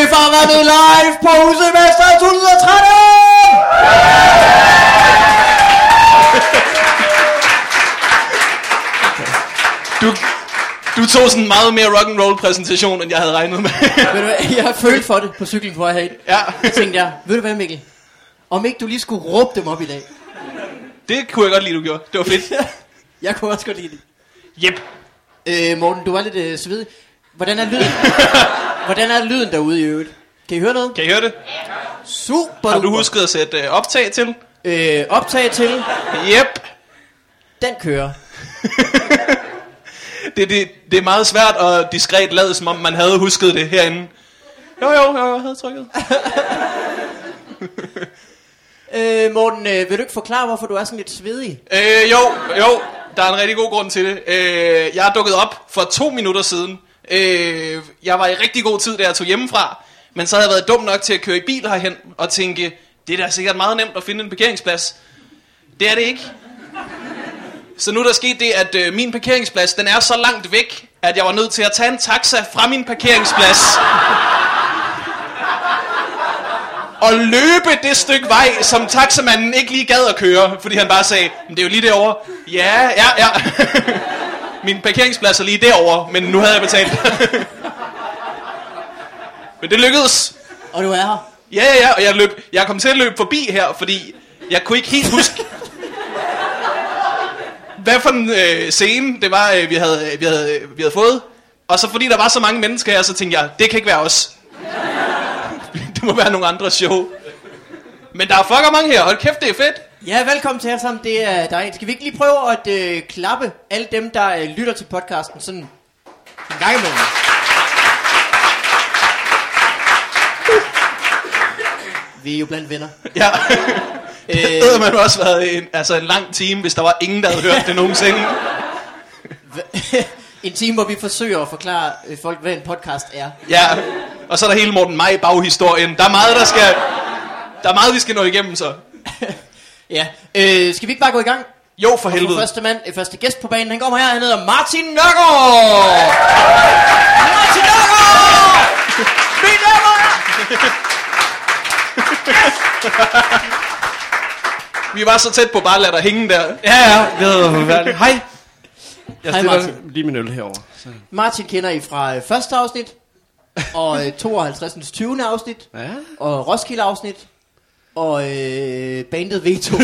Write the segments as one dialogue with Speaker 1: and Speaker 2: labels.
Speaker 1: Søfarvandet live på Husemester 2013!
Speaker 2: Du tog sådan meget mere rock'n'roll præsentation, end jeg havde regnet med.
Speaker 1: Ved du hvad, jeg har følt for det på cyklen på herhen.
Speaker 2: Ja.
Speaker 1: Jeg tænkte ved du hvad, Mikkel? Om ikke du lige skulle råbe dem op i dag.
Speaker 2: Det kunne jeg godt lide, du gjorde. Det var fedt.
Speaker 1: Jeg kunne også godt lide det.
Speaker 2: Jep.
Speaker 1: Morten, du var lidt svedig. Hvordan er lyden? Hvordan er lyden derude i øvrigt? Kan I høre noget?
Speaker 2: Kan I høre det?
Speaker 1: Super.
Speaker 2: Har du husket at sætte optag til?
Speaker 1: Optag til.
Speaker 2: Jep.
Speaker 1: Den kører.
Speaker 2: Det er meget svært at diskret lade, som om man havde husket det herinde. Jo, jeg havde trykket.
Speaker 1: Morten, vil du ikke forklare, hvorfor du er sådan lidt svedig?
Speaker 2: Jo, der er en rigtig god grund til det. Jeg er dukket op for 2 minutter siden. Jeg var i rigtig god tid, da jeg tog hjemmefra. Men så havde jeg været dum nok til at køre i bil herhen og tænke, det er da sikkert meget nemt at finde en parkeringsplads. Det er det ikke. Så nu er der sket det, at min parkeringsplads, den er så langt væk, at jeg var nødt til at tage en taxa fra min parkeringsplads og løbe det stykke vej, som taxamanden ikke lige gad at køre, fordi han bare sagde, men det er jo lige derovre. Ja. Min parkeringsplads er lige derovre, men nu havde jeg betalt. Men det lykkedes.
Speaker 1: Og du er her?
Speaker 2: Ja, og jeg kom til at løbe forbi her, fordi jeg kunne ikke helt huske, hvad for en scene det var, vi havde fået. Og så fordi der var så mange mennesker her, så tænkte jeg, det kan ikke være os. Det må være nogle andre show. Men der er fucker mange her, hold kæft, det er fedt.
Speaker 1: Ja, velkommen til jer sammen, det er dig. Skal vi ikke lige prøve at klappe alle dem, der lytter til podcasten sådan en gang imellem? Vi er jo blandt venner.
Speaker 2: Ja. Det havde man også været en lang time, hvis der var ingen, der havde hørt det nogensinde.
Speaker 1: En time, hvor vi forsøger at forklare folk, hvad en podcast er.
Speaker 2: Ja, og så er der hele Morten Maj baghistorien. Der er meget, vi skal nå igennem, så.
Speaker 1: Ja, skal vi ikke bare gå i gang?
Speaker 2: Jo, for helvede.
Speaker 1: Første gæst på banen, han kommer her, han hedder Martin Nørgaard! Martin Nørgaard! Min
Speaker 2: Vi var så tæt på bare at lade dig hænge der.
Speaker 3: Ja, det var forfærdeligt. Hej. Jeg
Speaker 1: Hej,
Speaker 3: stiller
Speaker 1: Martin.
Speaker 3: lige min øl herovre. Så.
Speaker 1: Martin kender I fra første afsnit, og 52. 20. afsnit,
Speaker 3: Ja.
Speaker 1: og Roskilde afsnit, og bandet Veto.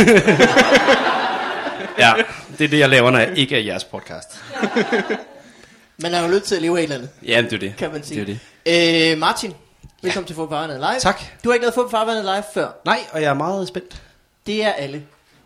Speaker 3: Ja, det er det, jeg laver, når jeg ikke er jeres podcast.
Speaker 1: Man er jo nødt til at leve af et eller andet,
Speaker 3: Ja, det er det.
Speaker 1: kan man sige.
Speaker 3: Det er det.
Speaker 1: Martin, velkommen til Fup Farvandet Live.
Speaker 3: Tak.
Speaker 1: Du har ikke lavet Fup Farvandet Live før.
Speaker 3: Nej, og jeg er meget spændt.
Speaker 1: Det er alle.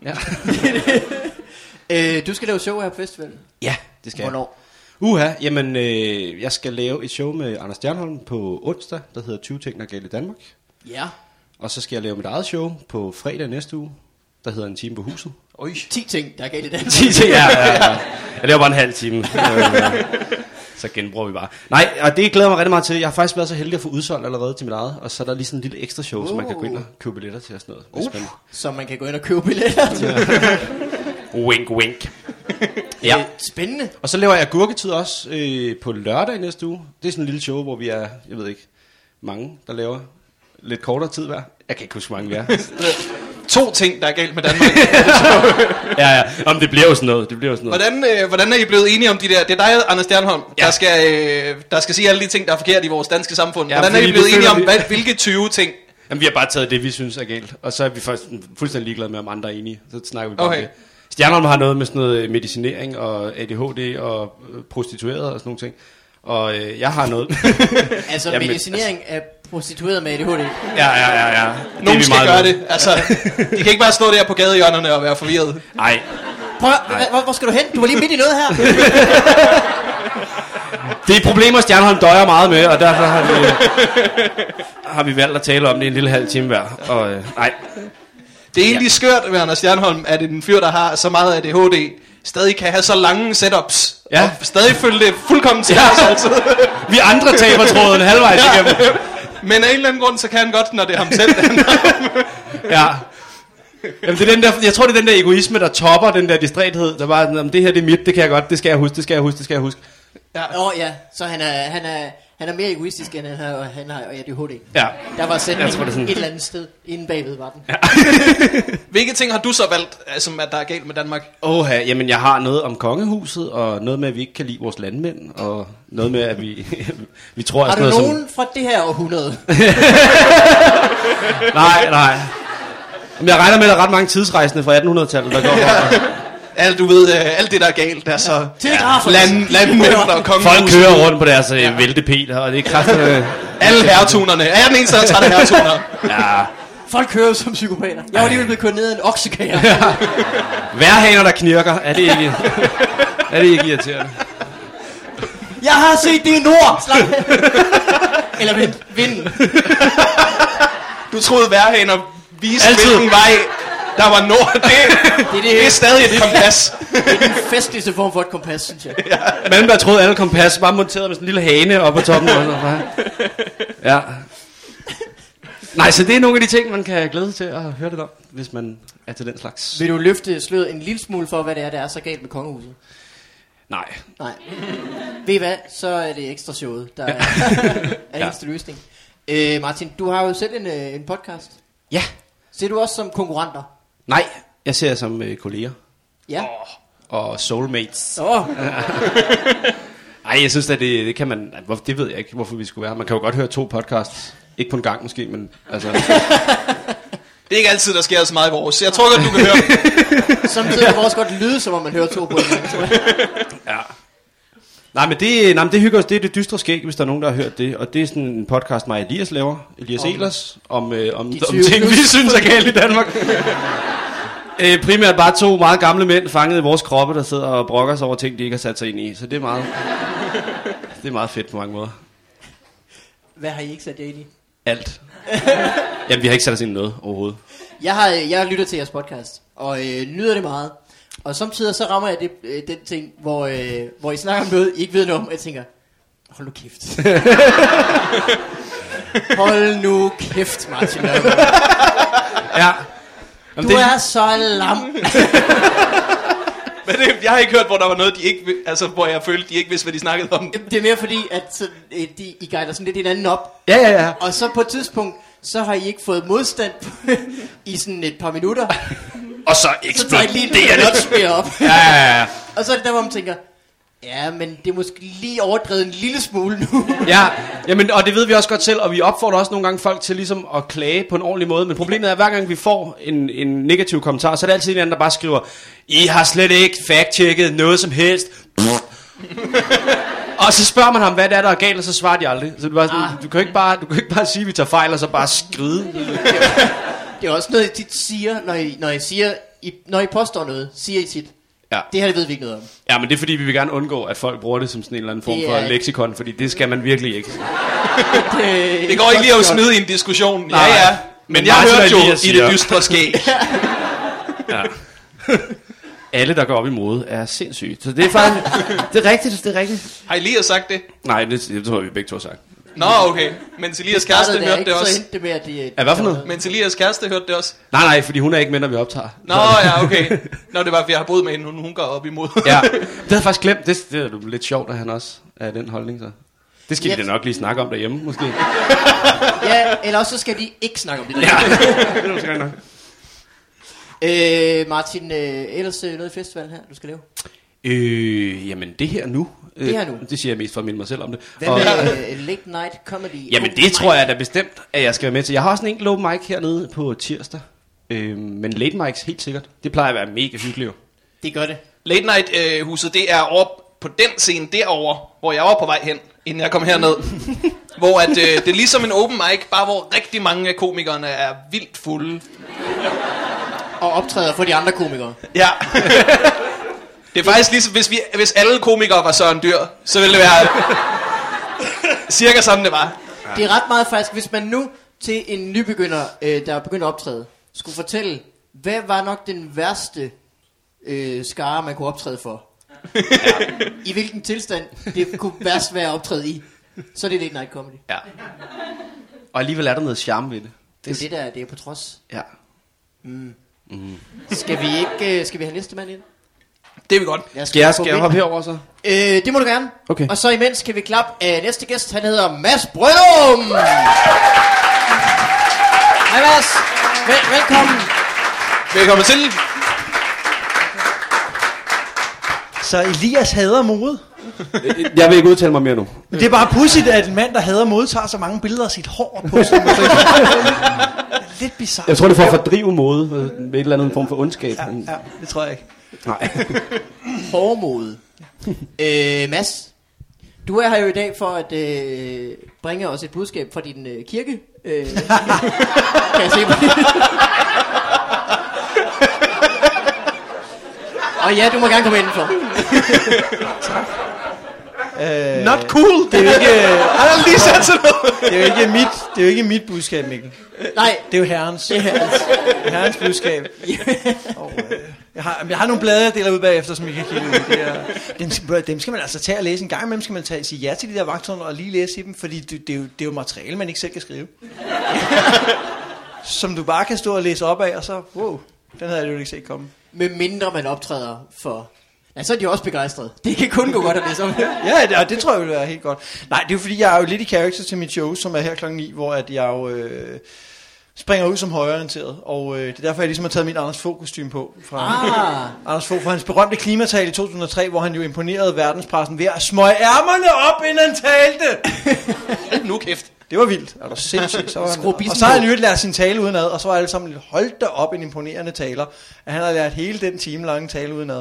Speaker 3: Ja.
Speaker 1: Du skal lave show her på festivalen.
Speaker 3: Ja, det skal
Speaker 1: Hvornår?
Speaker 3: jeg. Jamen, jeg skal lave et show med Anders Stjernholm på onsdag, der hedder 20 ting, der er galt i Danmark.
Speaker 1: Ja.
Speaker 3: Og så skal jeg lave mit eget show på fredag næste uge, der hedder En time på huset.
Speaker 1: 10 ting, der er galt i den.
Speaker 3: 10 ting, ja. Jeg laver bare en halv time. Så genbruger vi bare. Nej, og det glæder mig rigtig meget til. Jeg har faktisk været så heldig at få udsolgt allerede til mit eget. Og så er der lige sådan en lille ekstra show, så man kan gå ind og købe billetter til og sådan noget.
Speaker 1: Så man kan gå ind og købe billetter til.
Speaker 3: Wink, wink. Ja.
Speaker 1: Spændende.
Speaker 3: Og så laver jeg Gurketid også på lørdag næste uge. Det er sådan en lille show, hvor vi er, jeg ved ikke, mange, der laver lidt kortere tid hver. Jeg kan ikke huske, hvor mange vi er.
Speaker 2: 2 ting, der er galt med Danmark.
Speaker 3: Ja. Om det bliver jo sådan noget.
Speaker 2: Hvordan er I blevet enige om de der? Det er dig, Anders Stjernholm,
Speaker 3: Ja.
Speaker 2: der skal sige alle de ting, der er forkert i vores danske samfund.
Speaker 3: Ja,
Speaker 2: Hvordan er I
Speaker 3: fordi
Speaker 2: blevet
Speaker 3: det
Speaker 2: enige om,
Speaker 3: føler
Speaker 2: hvilke 20 ting?
Speaker 3: Jamen, vi har bare taget det, vi synes er galt. Og så er vi fuldstændig ligeglade med, om andre er enige. Så snakker vi bare om det. Stjernholm har noget med sådan noget medicinering og ADHD og prostitueret og sådan nogle ting. Og jeg har noget.
Speaker 1: Altså
Speaker 3: Jamen,
Speaker 1: medicinering af prostitueret med ADHD.
Speaker 3: Ja.
Speaker 2: Nogen skal gøre det. Altså, de kan ikke bare stå der på gadehjørnerne og være forvirret.
Speaker 3: Nej.
Speaker 1: Prøv, hvor skal du hen? Du var lige midt i noget her.
Speaker 3: Det er problemer, Stjernholm døjer meget med, og derfor har vi valgt at tale om det en lille halv time hver. Og nej.
Speaker 2: Det er egentlig skørt ved Anders Stjernholm, at en fyr, der har så meget ADHD, stadig kan have så lange setups.
Speaker 3: Ja.
Speaker 2: Og stadig følge det fuldkommen til os altid.
Speaker 3: Vi andre taber tråden halvvejs igennem.
Speaker 2: Men af en eller anden grund, så kan han godt, når det er ham selv.
Speaker 3: Ja. Jamen, det er den der, jeg tror, det er den der egoisme, der topper den der distræthed. Der bare, det her det er mit, det kan jeg godt, det skal jeg huske.
Speaker 1: Ja, så han er mere egoistisk, end han har ADHD.
Speaker 3: Ja.
Speaker 1: Der var sendt
Speaker 3: sådan
Speaker 1: et eller andet sted, inde bagved var den. Ja.
Speaker 2: Hvilke ting har du så valgt, som at der er galt med Danmark?
Speaker 3: Jamen jeg har noget om kongehuset, og noget med, at vi ikke kan lide vores landmænd, og noget med, at vi tror...
Speaker 1: Har du nogen fra det her århundrede?
Speaker 3: Nej. Men jeg regner med, at der er ret mange tidsrejsende fra 1800-tallet, der går...
Speaker 2: Alt du ved, alt det der er galt, der så landmænd og kongehuset.
Speaker 3: Folk kører rundt på deres væltepeter, og det er kraftigt.
Speaker 2: Alle hertunerne. Er jeg den eneste, der er træt af hertuner?
Speaker 3: Ja.
Speaker 1: Folk kører som psykopater. Jeg var lige blevet kørt ned af en oksekære.
Speaker 3: Vejrhaner, der knirker. Er det ikke irriterende?
Speaker 1: Jeg har set det i nord. Eller vinden.
Speaker 2: Du troede vejrhaner viste hvilken vej der var nord. Det er stadig et kompas.
Speaker 1: Det er den festligste form for et kompas, synes jeg.
Speaker 3: Ja. Malmberg troede alle kompas bare monteret med sådan en lille hane oppe på toppen. Ja. Nej, så det er nogle af de ting, man kan glæde sig til at høre lidt om, hvis man er til den slags.
Speaker 1: Vil du løfte sløret en lille smule for, hvad det er, der er så galt med kongehuset?
Speaker 3: Nej.
Speaker 1: Ved I hvad? Så er det ekstra showet, der er eneste løsning. Martin, du har jo selv en podcast.
Speaker 3: Ja.
Speaker 1: Ser du også som konkurrenter?
Speaker 3: Nej, jeg ser som kolleger.
Speaker 1: Ja.
Speaker 3: Og soulmates. Nej, jeg synes at det kan man... Det ved jeg ikke, hvorfor vi skulle være. Man kan jo godt høre 2 podcasts. Ikke på en gang måske, men altså...
Speaker 2: Det er ikke altid, der sker så meget i vores. Jeg tror godt, du kan høre.
Speaker 1: Samtidig kan vores godt lyde, som om man hører 2 på en gang.
Speaker 3: Ja. Nej, men det hygger os. Det er det dystre skæg, hvis der er nogen, der har hørt det. Og det er sådan en podcast, mig og Elias laver. Elias Ehlers. Om ting, vi synes er galt i Danmark. Primært bare 2 meget gamle mænd fanget i vores kroppe, der sidder og brokker sig over ting, de ikke har sat sig ind i. Så det er meget fedt på mange måder.
Speaker 1: Hvad har I ikke sat jer ind i?
Speaker 3: Alt. Jamen, vi har ikke sat os ind i noget overhovedet.
Speaker 1: Jeg lytter til jeres podcast, og nyder det meget. Og samtidig så rammer jeg den ting, hvor I snakker om noget, I ikke ved noget om, og jeg tænker, hold nu kæft. Hold nu kæft, Martin.
Speaker 3: Ja.
Speaker 1: Du er så lam.
Speaker 2: Men jeg har ikke hørt, hvor der var noget, de ikke, altså hvor jeg følte, de ikke vidste, hvad de snakkede om.
Speaker 1: Det er mere fordi, at I guider sådan lidt hinanden op.
Speaker 3: Ja.
Speaker 1: Og så på et tidspunkt, så har I ikke fået modstand i sådan et par minutter.
Speaker 3: Og så
Speaker 1: eksploderer det. Så tager I lige noget spil op.
Speaker 3: Ja.
Speaker 1: Og så er det der, hvor man tænker, ja, men det er måske lige overdrevet en lille smule nu.
Speaker 3: Ja, jamen, og det ved vi også godt selv, og vi opfordrer også nogle gange folk til ligesom at klage på en ordentlig måde. Men problemet er, at hver gang vi får en negativ kommentar, så er det altid en anden, der bare skriver, I har slet ikke fact-checket noget som helst. Og så spørger man ham, hvad det er, der er galt, og så svarer de aldrig. Så du kan ikke bare sige, at vi tager fejl, og så bare skride.
Speaker 1: Det er også noget, I tit siger, når I påstår noget, siger I tit.
Speaker 3: Ja.
Speaker 1: Det her ved vi ikke noget om.
Speaker 3: Ja, men det er fordi, vi vil gerne undgå, at folk bruger det som sådan en eller anden form for leksikon, fordi det skal man virkelig ikke.
Speaker 2: Det går ikke lige at smide i en diskussion. Nej. Ja. Men jeg hørte jo i det dystre skæg.
Speaker 3: Ja. Alle, der går op i mode, er sindssygt. Så det er faktisk... det er rigtigt.
Speaker 2: Har I lige sagt det?
Speaker 3: Nej, det tror jeg, vi begge to har sagt.
Speaker 2: Nå, okay. Men Elias kæreste hørte det også.
Speaker 1: Det med, at det,
Speaker 3: hvad for noget?
Speaker 2: Men Elias kæreste hørte det også.
Speaker 3: Nej, fordi hun er ikke med, når vi optager.
Speaker 2: Nå, ja, okay. Nå, det var, fordi jeg har boet med hende, hun går op imod.
Speaker 3: Ja, det havde jeg faktisk glemt. Det er lidt sjovt, at han også er den holdning, så. Det skal de da nok lige snakke om derhjemme, måske.
Speaker 1: Ja, eller også så skal de ikke snakke om det.
Speaker 3: Ja, det er måske nok.
Speaker 1: Martin, ellers noget i festivalen her, du skal lave?
Speaker 3: Jamen det her nu. Det siger jeg mest for at minde mig selv om det.
Speaker 1: Hvad med late night comedy?
Speaker 3: Jamen det tror jeg da bestemt, at jeg skal være med til. Jeg har også en enkelt open mic hernede på tirsdag. Men late mics helt sikkert. Det plejer at være mega hyggeligt.
Speaker 1: Det gør det.
Speaker 2: Late night huset, det er over på den scene derovre, hvor jeg var på vej hen, inden jeg kom herned. Hvor at, det er ligesom en open mic, bare hvor rigtig mange af komikerne er vildt fulde.
Speaker 1: Og optræder for de andre komikere.
Speaker 2: Ja. Det er faktisk ligesom, hvis alle komikere var Søren Dyr, så ville det være cirka sådan det var.
Speaker 1: Det er ret meget faktisk, hvis man nu til en nybegynder, der begynder at optræde, skulle fortælle, hvad var nok den værste skare, man kunne optræde for? Ja. I hvilken tilstand det kunne værst være at optræde i. Så er det late night comedy.
Speaker 3: Ja. Og alligevel er der noget charme ved det.
Speaker 1: Det er på trods.
Speaker 3: Ja.
Speaker 1: Skal vi have næste mand ind?
Speaker 2: Det er vi godt.
Speaker 3: Skal jeg hoppe herover så?
Speaker 1: Det må du gerne.
Speaker 3: Okay.
Speaker 1: Og så imens kan vi klappe af næste gæst. Han hedder Mads Brøndum. Hej Mads. Velkommen.
Speaker 2: Velkommen til.
Speaker 4: Så Elias hader mode.
Speaker 3: Jeg vil ikke udtale mig mere nu.
Speaker 4: Men det er bare pudsigt, at en mand, der hader mode, tager så mange billeder af sit hår på sig. Lidt bizarrt.
Speaker 3: Jeg tror, det er for at fordrive mode med et eller andet form for ondskab.
Speaker 4: Ja, det tror jeg ikke.
Speaker 3: Nej.
Speaker 1: Hårdmode. Mads, du er her jo i dag for at bringe os et budskab fra din kirke. Kan jeg se på det? Og ja, du må gerne komme indenfor.
Speaker 2: Not cool.
Speaker 4: Det er jo ikke,
Speaker 2: Han har lige sat sig noget.
Speaker 4: det er jo ikke mit budskab, Mikkel.
Speaker 1: Nej,
Speaker 4: Det er jo herrens.
Speaker 1: det her.
Speaker 4: Herrens budskab. Og, jeg har nogle blade, jeg deler ud bagefter, som I kan kigge ud. Dem skal man altså tage og læse en gang imellem. Skal man sige ja til de der vagtårn og lige læse i dem, fordi det er jo materiale, man ikke selv kan skrive. Som du bare kan stå og læse op af, og så, wow, den havde jeg jo ikke set komme.
Speaker 1: Med mindre man optræder for... Ja, så er de jo også begejstrede. Det kan kun gå godt at læse om.
Speaker 4: Ja, det tror jeg vil være helt godt. Nej, det er jo fordi, jeg er jo lidt i character til mit show, som er her klokken 9, hvor at jeg jo springer ud som højreorienteret. Og det er derfor, jeg ligesom har taget mit Anders Fogh-kostyme på. Fra Anders Fogh, fra hans berømte klimatale i 2003, hvor han jo imponerede verdenspressen ved at smøge ærmerne op, inden han talte.
Speaker 2: Nu kæft.
Speaker 4: Det var vildt. Er du sindssygt? Så var han,
Speaker 1: Skru
Speaker 4: og
Speaker 1: bissen
Speaker 4: så har
Speaker 1: på.
Speaker 4: han jo lært sin tale udenad, og så var alle sammen lidt holdt der op en imponerende taler, at han har lært hele den time lange tale udenad.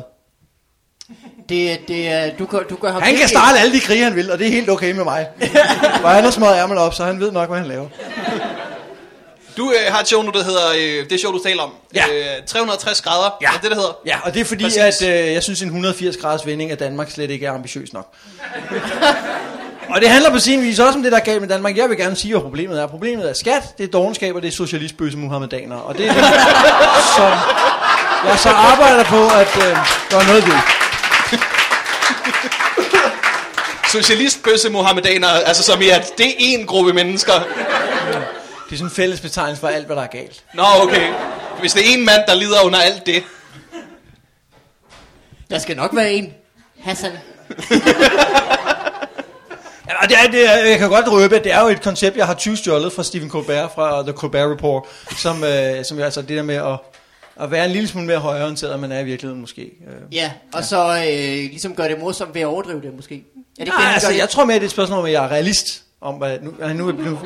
Speaker 1: Du gør ham
Speaker 4: Han kan
Speaker 1: virkelig-
Speaker 4: starte alle de krige, han vil, og det er helt okay med mig. Og han har smøget ærmerne op, så han ved nok, hvad han laver.
Speaker 2: Du har et show nu, der hedder, det show, du taler om.
Speaker 4: Ja.
Speaker 2: 360 grader,
Speaker 4: Ja.
Speaker 2: er det, der hedder?
Speaker 4: Ja, og det er fordi,
Speaker 2: Præcis.
Speaker 4: at jeg synes, en 180 graders vending af Danmark slet ikke er ambitiøs nok. Og det handler på sin vis også om det, der er galt med Danmark. Jeg vil gerne sige, hvad problemet er. Problemet er skat, det er dovenskab, og det er socialistbøsse muhammedanere. Og det er det, som jeg så arbejder på at gøre noget ved.
Speaker 2: Socialistbøsse muhammedanere, altså som i at det er en gruppe mennesker.
Speaker 4: Det er sådan en fælles betegnelse for alt, hvad der er galt.
Speaker 2: Nå, okay. Hvis det er en mand, der lider under alt det.
Speaker 1: Der skal nok være en. Hassan.
Speaker 4: Ja, og jeg kan godt røbe, at det er jo et koncept, jeg har tyvstjålet fra Stephen Colbert, fra The Colbert Report, som jo altså det der med at være en lille smule mere højreorienteret, end man er i virkeligheden måske.
Speaker 1: Ja, og så ligesom gøre det morsomt ved at overdrive det måske. Er det ikke
Speaker 4: Nej,
Speaker 1: det, han
Speaker 4: altså,
Speaker 1: gør?
Speaker 4: jeg tror mere, det er et spørgsmål om, at jeg er realist. Om, at nu er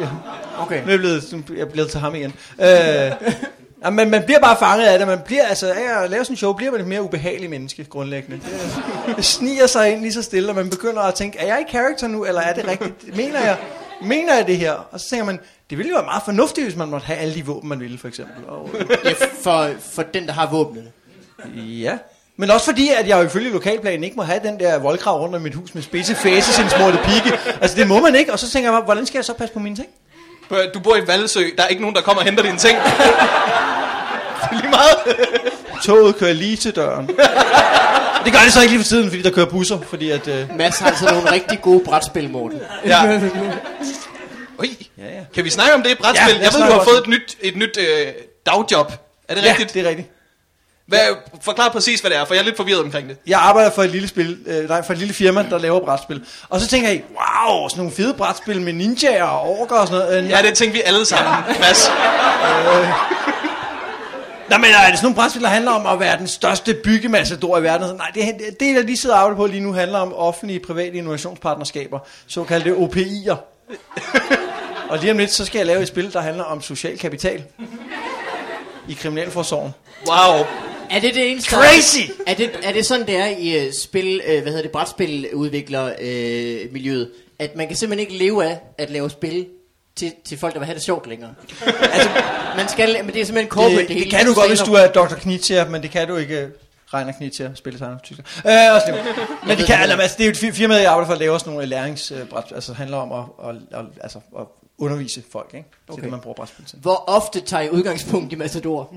Speaker 4: jeg blevet til ham igen. Ja, men man bliver bare fanget af det. Man bliver, altså, af at lave sådan en show, bliver man et mere ubehageligt menneske, grundlæggende. Det sniger sig ind lige så stille, og man begynder at tænke, er jeg i character nu, eller er det rigtigt? Mener jeg det her? Og så tænker man, det ville jo være meget fornuftigt, hvis man måtte have alle de våben, man ville, for eksempel. Og,
Speaker 1: Ja, for den, der har våbnene.
Speaker 4: ja. Men også fordi, at jeg jo ifølge lokalplanen ikke må have den der voldgrav rundt om mit hus med spidse fæse sin smorte pigge. Altså, det må man ikke. Og så tænker jeg, hvordan skal jeg så passe på mine ting?
Speaker 2: Du bor i Valsø, der er ikke nogen, der kommer og henter dine ting. Det er lige meget.
Speaker 4: Toget kører lige til døren. Det gør det så ikke lige for tiden, fordi der kører busser. Fordi at,
Speaker 1: Mads har altså nogle rigtig gode brætspil, Morten.
Speaker 2: Ja. Ui.
Speaker 4: ja.
Speaker 2: Kan vi snakke om det brætspil?
Speaker 4: Ja,
Speaker 2: Jeg ved, du har fået et nyt dagjob. Er det rigtigt?
Speaker 4: det er rigtigt.
Speaker 2: Forklar præcis, hvad det er, for jeg er lidt forvirret omkring det.
Speaker 4: Jeg arbejder for et lille firma, der laver brætspil. Og så tænker jeg, wow, sådan nogle fede brætspil med ninjaer og orker og sådan noget.
Speaker 2: Ja, det tænkte vi alle sammen, Mads.
Speaker 4: Nej, men er det sådan nogle brætspil, der handler om at være den største byggemassador i verden? Nej, det der lige sidder og arbejder på lige nu, handler om offentlige private innovationspartnerskaber, såkaldte OPI'er. Og lige om lidt, så skal jeg lave et spil, der handler om social kapital i kriminalforsorgen.
Speaker 2: Wow.
Speaker 1: Er det det eneste?
Speaker 4: Crazy!
Speaker 1: Er det sådan, det er i spil, brætspiludvikler miljøet, at man kan simpelthen ikke leve af at lave spil til folk, der vil have det sjovt længere? Altså, man skal, men det er simpelthen corporate.
Speaker 4: Det kan du godt, hvis du er Dr. Knizia, men det kan du ikke. Reiner Knizia, spilletegner på tysker. Men det kan, altså, det er jo et firma, jeg arbejder for at lave også nogle læringsbræt, altså handler om at undervise folk, ikke? Til det, man bruger brætspil til.
Speaker 1: Hvor ofte tager I udgangspunkt i Matador?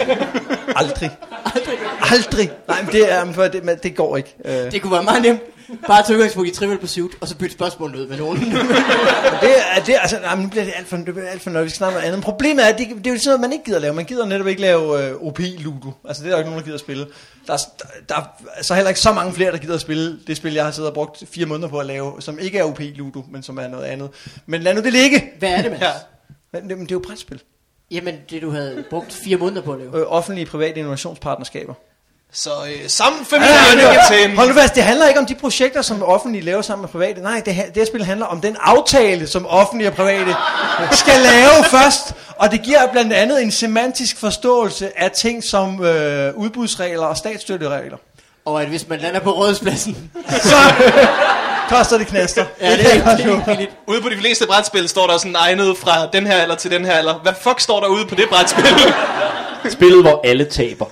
Speaker 4: Aldrig. Nej, men det går ikke.
Speaker 1: Det kunne være meget nemt. Bare tage udgangspunkt i Trivial Pursuit, og så bytte spørgsmålet ud med nogen.
Speaker 4: Nu bliver det alt for noget, vi skal snakke om noget andet. Problemet er, at det er jo sådan noget, man ikke gider lave. Man gider netop ikke lave OP-ludo. Altså, det er der ikke nogen, der gider at spille. Der er så heller ikke så mange flere, der gider at spille det spil, jeg har siddet og brugt 4 måneder på at lave, som ikke er OP-ludo, men som er noget andet. Men lad nu det ligge.
Speaker 1: Hvad er det, Mads?
Speaker 4: Ja. Men det er jo brætspil.
Speaker 1: Jamen, det du havde brugt 4 måneder på at lave.
Speaker 4: Offentlige private innovationspartnerskaber.
Speaker 2: Så sammen familien
Speaker 4: hold nu fast, det handler ikke om de projekter, som offentlige laver sammen med private. Nej, det her spil handler om den aftale, som offentlige og private skal lave først. Og det giver blandt andet en semantisk forståelse af ting som udbudsregler og statsstøtteregler.
Speaker 1: Og at hvis man lander på Rådhuspladsen,
Speaker 4: så koster det knaster.
Speaker 1: Ja, det er helt.
Speaker 2: Ude på de fleste brætspil står der sådan egnet fra den her alder til den her alder. Hvad fuck står der ude på det brætspil?
Speaker 5: Spillet, hvor alle taber.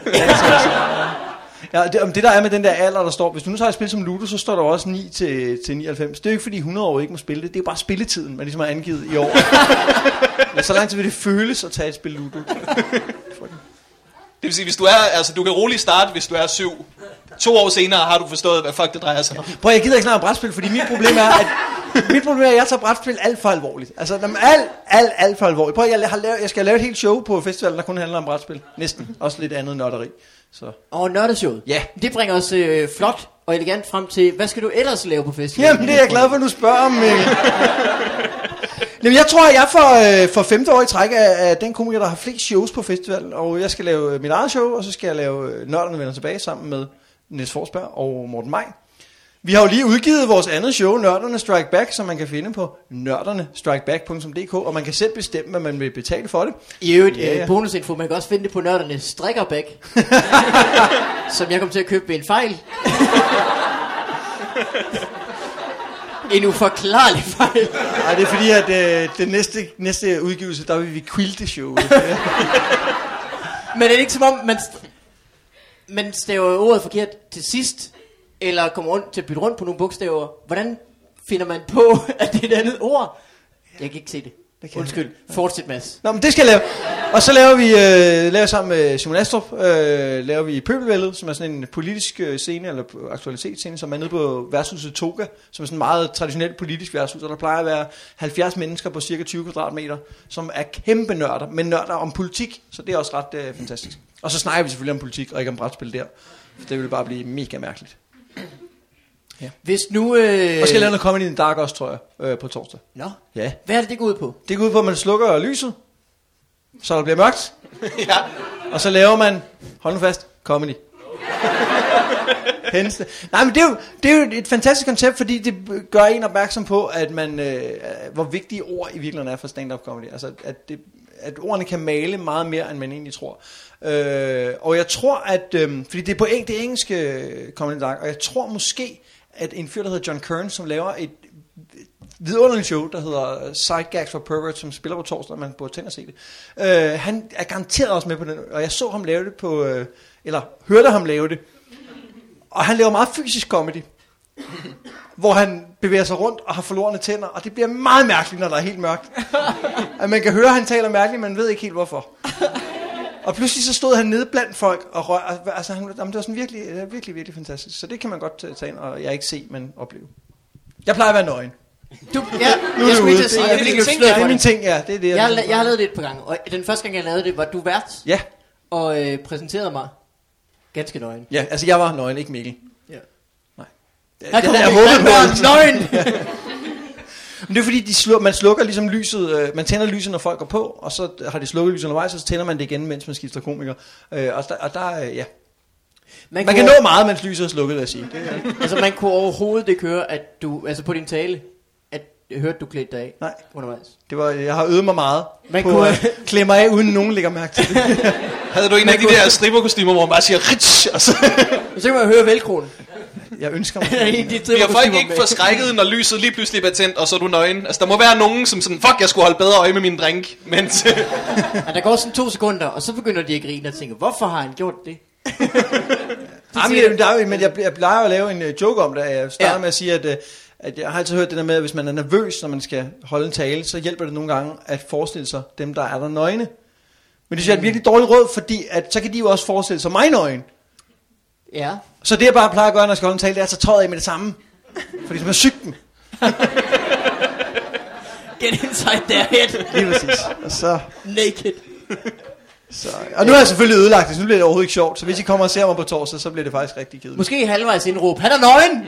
Speaker 4: Ja, det der er med den der alder, der står, hvis du nu tager et spil som Ludo, så står der også 9 til 99. Det er jo ikke fordi 100 år ikke må spille det, det er jo bare spilletiden, man ligesom har angivet i år. Men så lang tid vil det føles at tage et spil Ludo.
Speaker 2: Det vil sige, hvis du er, altså du kan roligt starte, hvis du er 7. 2 år senere har du forstået, hvad fuck det drejer sig om.
Speaker 4: Prøv, jeg gider ikke snakke om brætspil, fordi mit problem er, at jeg tager brætspil alt for alvorligt. Altså, alt for alvorligt. Prøv, jeg skal lave et helt show på festivalen, der kun handler om brætspil. Næsten. Også lidt andet nørderi.
Speaker 1: Og nørdeshowet.
Speaker 4: Ja.
Speaker 1: Det bringer os flot og elegant frem til, hvad skal du ellers lave på festivalen?
Speaker 4: Jamen, det er jeg glad for, at du spørger om. Jamen, jeg tror, at jeg for 5. år i træk er den komiker, der har flest shows på festivalen. Og jeg skal lave mit eget show, og så skal jeg lave Nørderne vender tilbage sammen med Niels Forsberg og Morten Maj. Vi har jo lige udgivet vores andet show, Nørderne Strike Back, som man kan finde på nørdernestrikeback.dk, og man kan selv bestemme, hvad man vil betale for det.
Speaker 1: I øvrigt, bonusinfo, man kan også finde det på Nørderne Strikker Back, som jeg kom til at købe ved en fejl. En uforklarlig fejl.
Speaker 4: Nej, det er fordi, at den næste udgivelse, der vil vi quilte showet.
Speaker 1: Men er det ikke som om, man staver ordet forkert til sidst, eller kommer rundt til at bytte rundt på nogle bogstaver? Hvordan finder man på, at det er et andet ord? Jeg kan ikke se det. Undskyld. Fortsæt, Mads.
Speaker 4: Nå, men det skal jeg lave. Og så laver vi sammen med Simon Astrup, laver vi Pøbelvældet, som er sådan en politisk scene, eller aktualitetsscene, som er nede på værtshuset Toga, som er sådan en meget traditionelt politisk værtshus, og der plejer at være 70 mennesker på cirka 20 kvadratmeter, som er kæmpe nørder, men nørder om politik, så det er også ret fantastisk. Og så snakker vi selvfølgelig om politik, og ikke om brætspil der, for det vil bare blive mega mærkeligt. Ja.
Speaker 1: Hvis nu...
Speaker 4: Og skal jeg lave noget Comedy in the Dark også, tror jeg, på torsdag.
Speaker 1: Nå,
Speaker 4: ja.
Speaker 1: Hvad er det går ud på?
Speaker 4: Det går ud på, at man slukker lyset, så der bliver mørkt.
Speaker 2: Ja.
Speaker 4: Og så laver man, hold nu fast, comedy. Nej, men det er jo et fantastisk koncept, fordi det gør en opmærksom på, at man, hvor vigtige ord i virkeligheden er for stand-up comedy. Altså, at ordene kan male meget mere, end man egentlig tror. Og jeg tror, at... fordi det er på det engelske Comedy Dark, og jeg tror måske, at en fyr, der hedder John Kern, som laver et vidunderligt show, der hedder Side Gags for Perverts, som spiller på torsdag, man burde tænke at se det. Han er garanteret også med på den, og jeg så ham lave det på... eller hørte ham lave det. Og han laver meget fysisk comedy, hvor han bevæger sig rundt og har forlorne tænder, og det bliver meget mærkeligt, når der er helt mørkt. At man kan høre, at han taler mærkeligt, men man ved ikke helt hvorfor. Og pludselig så stod han nede blandt folk og rør, altså det var sådan virkelig fantastisk. Så det kan man godt tage ind, og jeg ikke se, men opleve. Jeg plejer at være nøgen.
Speaker 1: Jeg skulle ikke sige, jeg vil ikke løbe sløret for
Speaker 4: det. Ting, ja, det er det.
Speaker 1: Jeg har lavet det et par gange, og den første gang jeg lavede det, var du vært.
Speaker 4: Ja.
Speaker 1: Og præsenterede mig ganske nøgen.
Speaker 4: Ja, altså jeg var nøgen, ikke Mikkel.
Speaker 1: Ja.
Speaker 4: Nej.
Speaker 1: Jeg håbede på nøgen.
Speaker 4: Men det er fordi man slukker ligesom lyset, man tænder lyset når folk går på, og så har de slukket lyset undervejs, og så tænder man det igen, mens man skifter komiker. Og der ja. Man kan nå meget, mens lyset er slukket, vil jeg sige.
Speaker 1: Altså man kunne overhovedet ikke høre, at du, altså på din tale, at jeg hørte du klædte dig af.
Speaker 4: Nej.
Speaker 1: Undervejs.
Speaker 4: Jeg har øvet mig meget
Speaker 1: man
Speaker 4: på
Speaker 1: kunne
Speaker 4: at klemme mig af, uden nogen lægger mærke til det.
Speaker 2: Havde du en af de der stripperkostymer, hvor man bare siger rich, og så
Speaker 1: kan man høre velkronen.
Speaker 4: Jeg ønsker mig.
Speaker 2: Bliver folk ikke forskrækket, når lyset lige pludselig er tændt, og så er du nøgen? Altså, der må være nogen, som sådan, fuck, jeg skulle holde bedre øje med min drink, mens...
Speaker 1: Der går sådan 2 sekunder, og så begynder de at grine og tænke, hvorfor har han gjort det?
Speaker 4: Men jeg plejer at lave en joke om det. Jeg starter med at sige, at jeg har altid hørt det der med, at hvis man er nervøs, når man skal holde en tale, så hjælper det nogle gange at forestille sig dem, der er der nøgne. Men det synes jeg er et virkelig dårligt råd, fordi at, så kan de jo også forestille sig mig nøgen.
Speaker 1: Ja.
Speaker 4: Så det jeg bare plejer at gøre, når jeg skal holde en tale, det er at tage tøjet af med det samme. Fordi så man cyklen.
Speaker 1: Get inside their head.
Speaker 4: Lige præcis. Og så...
Speaker 1: Naked.
Speaker 4: Og nu har jeg selvfølgelig ødelagt det, så nu bliver det overhovedet ikke sjovt. Så hvis I kommer og ser mig på torsdag, så bliver det faktisk rigtig kedeligt.
Speaker 1: Måske halvvejs indråb. Han er nøgen!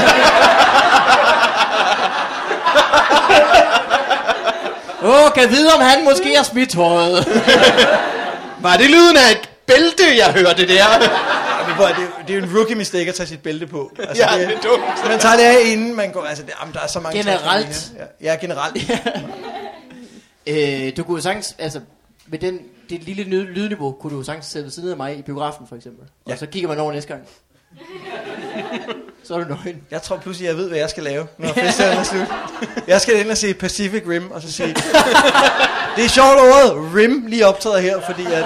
Speaker 1: Kan vide, om han måske har smidt tøjet.
Speaker 2: Var det lyden af et bælte, jeg hørte der?
Speaker 4: Det er jo en rookie mistake at tage sit bælte på. Altså,
Speaker 2: Ja, det er dumt.
Speaker 4: Man tager det af inden man går. Altså, der er så mange
Speaker 1: Generelt.
Speaker 4: Ja, generelt.
Speaker 1: Du kunne jo sagtens, altså med det lille lydniveau, kunne du jo sagtens sætte ved siden af mig i biografen for eksempel.
Speaker 4: Ja.
Speaker 1: Og så kigger man over næste gang. Så er du nøgen.
Speaker 4: Jeg tror pludselig, jeg ved, hvad jeg skal lave, når festivalen er slut. Jeg skal ind og se Pacific Rim, og så sige... Det er sjovt ordet, Rim, lige optræder her, fordi at...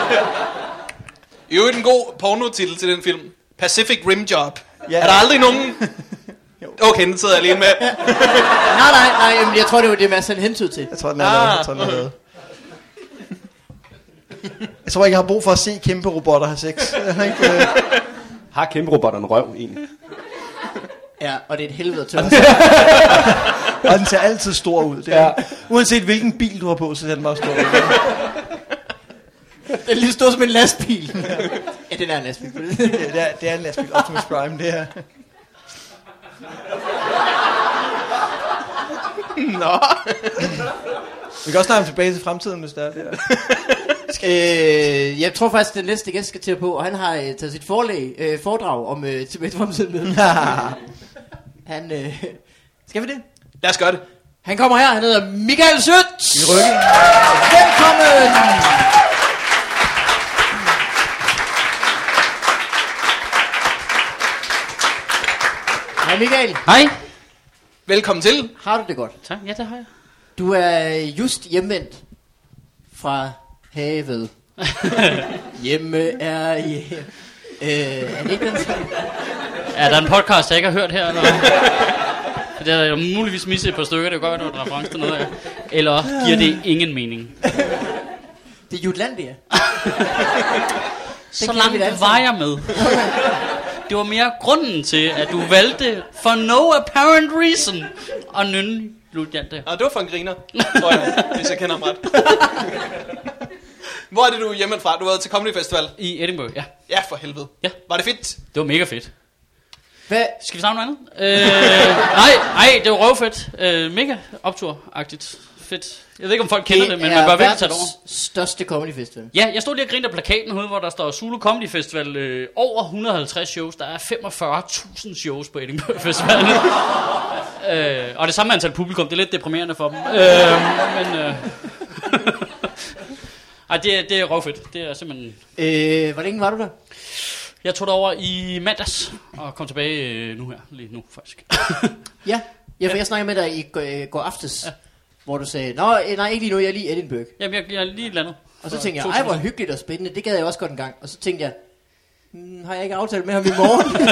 Speaker 2: I øvrigt en god pornotitel til den film. Pacific Rim Job.
Speaker 4: Ja.
Speaker 2: Er der aldrig nogen... Okay, den sidder jeg alene med.
Speaker 1: Nej, jamen, jeg tror, det var det, Mads han hentede til.
Speaker 4: Jeg tror, den er lavet. Jeg tror ikke, jeg har brug for at se kæmpe robotter have sex.
Speaker 3: Har kæmpe robotterne røv egentlig?
Speaker 1: Ja, og det er et helvede tørt.
Speaker 4: Og den ser altid stor ud. Det er, uanset hvilken bil du har på, så ser den bare stor ud.
Speaker 1: Den er lige stor som en lastbil. Ja, det er en lastbil.
Speaker 4: Det er en lastbil. Optimus Prime, det er...
Speaker 2: Nå.
Speaker 4: Vi kan også snakke tilbage til fremtiden, hvis det er det.
Speaker 1: Jeg tror faktisk, at den næste gæst skal til på, og han har taget sit foredrag om tilbage til fremtiden med. Han, skal vi det?
Speaker 2: Lad os gøre det.
Speaker 1: Han kommer her, han hedder Michael Schøtz.
Speaker 4: I ryggen.
Speaker 1: Velkommen. Hej Michael.
Speaker 6: Hej.
Speaker 2: Velkommen til.
Speaker 1: Har du det godt?
Speaker 6: Tak, ja det har jeg.
Speaker 1: Du er just hjemvendt fra havet. Hjemme er hjem. Er det ikke den sang?
Speaker 6: Er der en podcast, jeg ikke har hørt her? Eller? Det er jo muligvis misset et par stykker, det kan godt være, der er reference til noget af. Eller giver det ingen mening?
Speaker 1: Det er Jutlandia.
Speaker 6: Så langt var jeg med. Det var mere grunden til, at du valgte for no apparent reason at nynne Jutlandia.
Speaker 2: Ah, det var for en griner, tror jeg, hvis jeg kender ham ret. Hvor er det, du er hjemme fra? Du har været til Comedy Festival.
Speaker 6: I Edinburgh, ja.
Speaker 2: Ja, for helvede.
Speaker 6: Ja.
Speaker 2: Var det fedt?
Speaker 6: Det var mega fedt.
Speaker 1: Hvad?
Speaker 6: Skal vi snakke noget andet? Nej, det var røvfedt. Mega optur-agtigt. Fedt. Jeg ved ikke, om folk kender det, men man bør virkelig tage det over.
Speaker 1: Største comedy festival.
Speaker 6: Ja, jeg stod lige og grinede af plakaten herude, hvor der står Zulu Comedy Festival. Over 150 shows. Der er 45.000 shows på Edinburgh Festival. Og det samme antal publikum. Det er lidt deprimerende for dem. Ej, det er røvfedt. Det er simpelthen...
Speaker 1: Hvor længe var du der?
Speaker 6: Jeg tog derover i mandags og kom tilbage lige nu faktisk.
Speaker 1: Ja, for jeg snakkede med dig i går aftes, hvor du sagde, nej, ikke lige nu, jeg er lige i Edinburgh.
Speaker 6: Jamen, jeg er lige landet.
Speaker 1: Og så tænkte jeg, hvor hyggeligt og spændende, det gad jeg også godt en gang. Og så tænkte jeg, har jeg ikke aftalt med ham i morgen?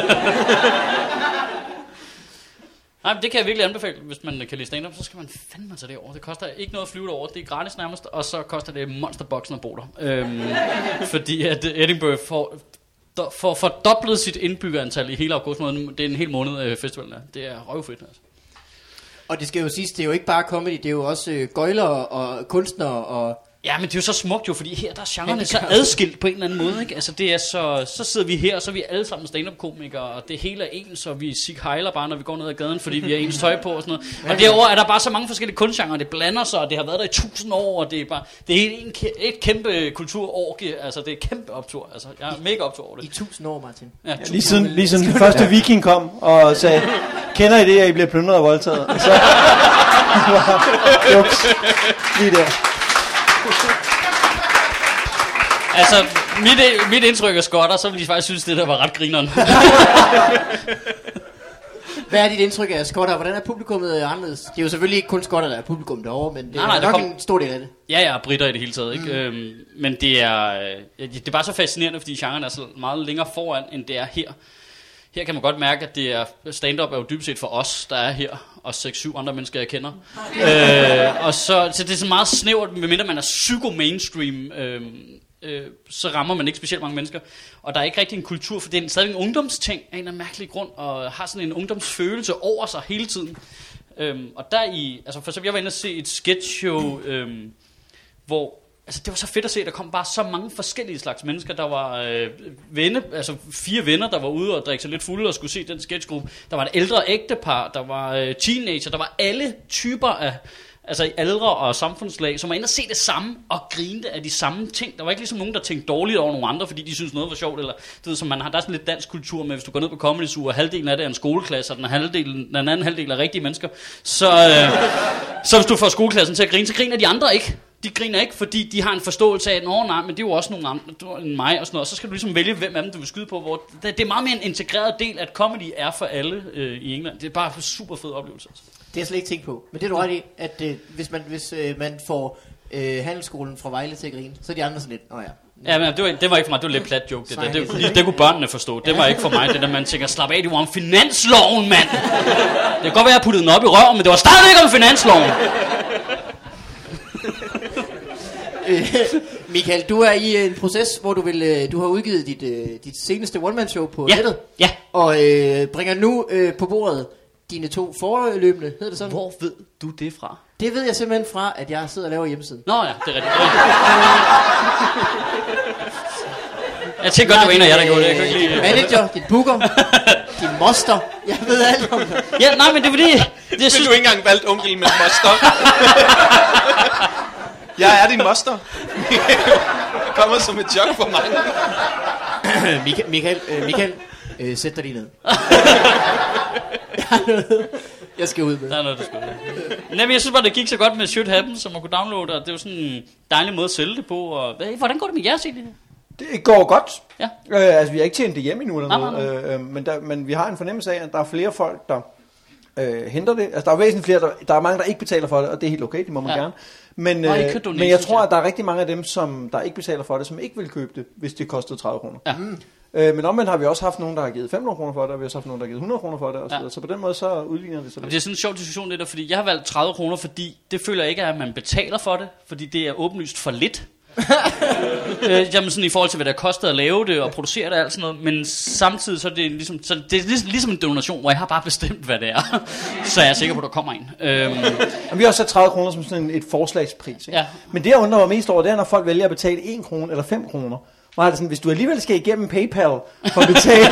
Speaker 6: Nej, men det kan jeg virkelig anbefale, hvis man kan lide stand-up, så skal man fandme tage det over. Det koster ikke noget at flyve derover, det er gratis nærmest, og så koster det monsterboxen at bo der. Fordi at Edinburgh får fordoblet sit indbyggerantal i hele august måned. Det er en hel måned festivalen er. Det er røvfedt, altså.
Speaker 1: Og det skal jo siges, det er jo ikke bare comedy, det er jo også gøjler og kunstnere og...
Speaker 6: Ja, men det er jo så smukt jo, fordi her der er genrerne så adskilt på en eller anden måde, ikke? Altså det er så sidder vi her, og så er vi alle sammen stand-up-komikere, og det hele er ens, og vi hejler bare, når vi går ned ad gaden, fordi vi har ens tøj på og sådan noget. Og derovre er der bare så mange forskellige kunstgenrer, det blander sig, og det har været der i 1000 år, og det er bare, det er et kæmpe kulturorgie, altså det er et kæmpe optur, altså jeg er mega optur over det.
Speaker 1: I 1000 år, Martin.
Speaker 6: Ja,
Speaker 4: Lige siden den første viking kom og sagde, kender I det, at I bliver plyndret og voldtaget? Og så... Juks. Lige der.
Speaker 6: Altså, mit indtryk af skotter, så ville de faktisk synes, det der var ret grineren.
Speaker 1: Hvad er dit indtryk af skotter? Hvordan er publikummet anderledes? Det er jo selvfølgelig ikke kun skotter, der er publikum derovre, men det er nok en stor del af det.
Speaker 6: Ja, britter i det hele taget, ikke? Men det er bare så fascinerende, fordi genren er så meget længere foran, end det er her. her kan man godt mærke, at det er stand-up er jo dybest set for os, der er her, og 6-7 andre mennesker, jeg kender. Og så det er så meget snævert, medmindre man er psyko-mainstream, så rammer man ikke specielt mange mennesker. Og der er ikke rigtig en kultur, for det er stadig en ungdomsting af en eller anden mærkelig grund, og har sådan en ungdomsfølelse over sig hele tiden. Og der altså for eksempel, jeg var inde og se et sketchshow, hvor altså det var så fedt at se, at der kom bare så mange forskellige slags mennesker. Der var altså 4 venner, der var ude og drikke sig lidt fulde og skulle se den sketchgruppe. Der var et ældre ægtepar, der var teenager, der var alle typer af altså i aldre og samfundslag, som var inde og se det samme og grinte af de samme ting. Der var ikke ligesom nogen, der tænkte dårligt over nogle andre, fordi de synes noget var sjovt, eller du ved, som man har. Der er sådan lidt dansk kultur med, hvis du går ned på Comedy Zoo, og halvdelen af det er en skoleklasse, og den anden halvdel er rigtige mennesker, så hvis du får skoleklassen til at grine, så griner de andre ikke. De griner ikke, fordi de har en forståelse af, at nej, men det er jo også nogle andre end mig og sådan noget. Og så skal du ligesom vælge, hvem af dem du vil skyde på. Hvor det er meget mere en integreret del, at comedy er for alle i England. Det er bare en super fed oplevelse. Altså.
Speaker 1: Det har jeg slet ikke tænkt på. Men det er du ret i, at hvis man får handelsskolen fra Vejle til at grine, så er de andre sådan lidt,
Speaker 6: Ja, men det var ikke for mig, det var lidt plat joke. Det kunne børnene forstå. Det var ikke for mig, det der man tænker, slap af, det var om finansloven, mand. Det kan godt være, jeg puttede den op i røven, men det var stadigvæk om finansloven.
Speaker 1: Michael, du er i en proces, hvor du har udgivet dit seneste one-man-show på nettet.
Speaker 6: Ja.
Speaker 1: Og bringer nu på bordet dine 2 forløbende, hedder det sådan?
Speaker 6: Hvor ved du det fra?
Speaker 1: Det ved jeg simpelthen fra, at jeg sidder og laver hjemmesiden.
Speaker 6: Nå ja, det er rigtigt. Jeg tænker godt, det var en af jer, der gjorde det.
Speaker 1: Din manager, din booker, din moster. Jeg ved alt om det.
Speaker 6: Ja, nej, men det er fordi...
Speaker 2: Det synes du ikke engang valgt onkel med moster. Jeg er din moster. Kommer som et chok for mig.
Speaker 1: Michael, sæt dig lige ned. Jeg skal ud med.
Speaker 6: Der er noget, du skal ud. Nej, men jeg synes bare, det gik så godt med Should Happen, som man kunne downloade, og det var sådan en dejlig måde at sælge det på. Og hvordan går det med jeres egentlig?
Speaker 4: Det går godt.
Speaker 6: Ja.
Speaker 4: Altså, vi har ikke tjent det hjem endnu eller noget, men vi har en fornemmelse af, at der er flere folk, der henter det. Altså, der er væsentligt flere, der er mange, der ikke betaler for det, og det er helt okay, det må man gerne. Men jeg tror, at der er rigtig mange af dem, der ikke betaler for det, som ikke vil købe det, hvis det kostede 30 kroner. Ja. Men omvendt har vi også haft nogen, der har givet 500 kroner for det, og vi har også haft nogen, der har givet 100 kroner for det, og så på den måde så udligner det sig lidt.
Speaker 6: Det er sådan en sjov diskussion det der, fordi jeg har valgt 30 kroner, fordi det føler jeg ikke, at man betaler for det, fordi det er åbenlyst for lidt. Jamen sådan i forhold til hvad det koster at lave det og producere det og alt sådan noget, men samtidig så er det ligesom en donation, hvor jeg har bare bestemt hvad det er. Så jeg er sikker på at der kommer en.
Speaker 4: Vi har også sat 30 kroner som sådan et forslagspris, ikke? Ja. Men det jeg undrer mig mest over, det er når folk vælger at betale 1 krone eller 5 kroner. Hvor er det sådan, hvis du alligevel skal igennem PayPal for at betale,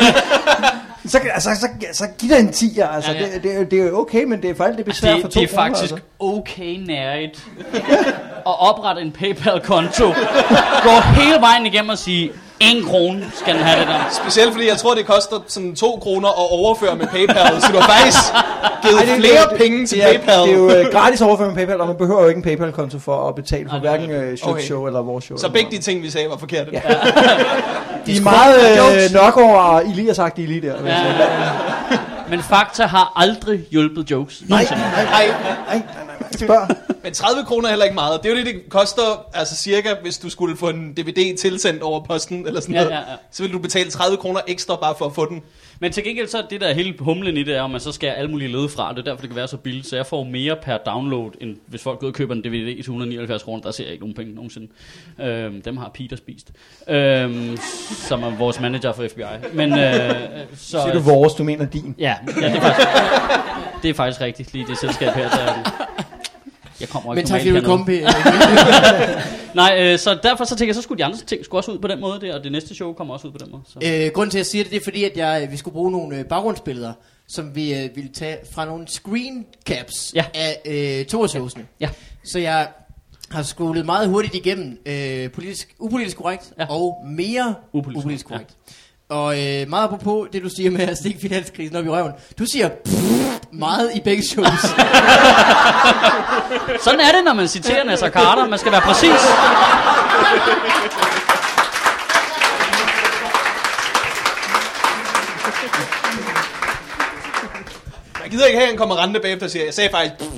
Speaker 4: så giv dig en 10'er. Altså, det er jo okay, men det er faktisk lidt besvær for 2 kroner.
Speaker 6: Det er faktisk okay nærigt at oprette en PayPal-konto, gå hele vejen igennem og sige 1 krone skal den have det der.
Speaker 2: Specielt fordi jeg tror det koster sådan 2 kroner at overføre med PayPal, så du har faktisk givet flere penge til PayPal.
Speaker 4: Det er jo gratis at overføre med PayPal, og man behøver jo ikke en PayPal-konto for at betale for hverken show eller vores show.
Speaker 2: Så begge de ting vi sagde var forkerte.
Speaker 4: Ja. De er meget nok over Elias-agtige lige der.
Speaker 6: Ja. Men Fakta har aldrig hjulpet jokes.
Speaker 4: Nej. Spørg.
Speaker 2: Men 30 kroner er heller ikke meget. Det er jo det koster, altså cirka, hvis du skulle få en DVD tilsendt over posten, eller sådan noget, så vil du betale 30 kroner ekstra bare for at få den.
Speaker 6: Men til gengæld så er det der hele humlen i det er, at man så skal alle mulige led fra. Det er derfor, det kan være så billigt. Så jeg får mere per download, end hvis folk går og køber en DVD til 179 kroner. Der ser jeg ikke nogen penge nogensinde. Dem har Peter spist. Som er vores manager for FBI. Men, så
Speaker 4: siger du vores, du mener din?
Speaker 6: Ja, det er faktisk rigtigt. Lige det selskab her, der jeg kommer ikke normalt hernede. Nej, så derfor så tænker jeg, så skulle de andre ting også ud på den måde der, og det næste show kommer også ud på den måde. Så.
Speaker 1: Grunden til at sige det er fordi, at vi skulle bruge nogle baggrundsbilleder, som vi ville tage fra nogle screen caps af toershowsene. Ja. Så jeg har scrollet meget hurtigt igennem upolitisk korrekt og mere upolitisk korrekt. Og meget apropos det du siger med at stikke finanskrisen op i røven. Du siger meget i begge shows.
Speaker 6: Sådan er det, når man citerer Nasser Carter. Man skal være præcis.
Speaker 2: Jeg gider ikke have, at han kommer rendende bagefter og siger, jeg sagde faktisk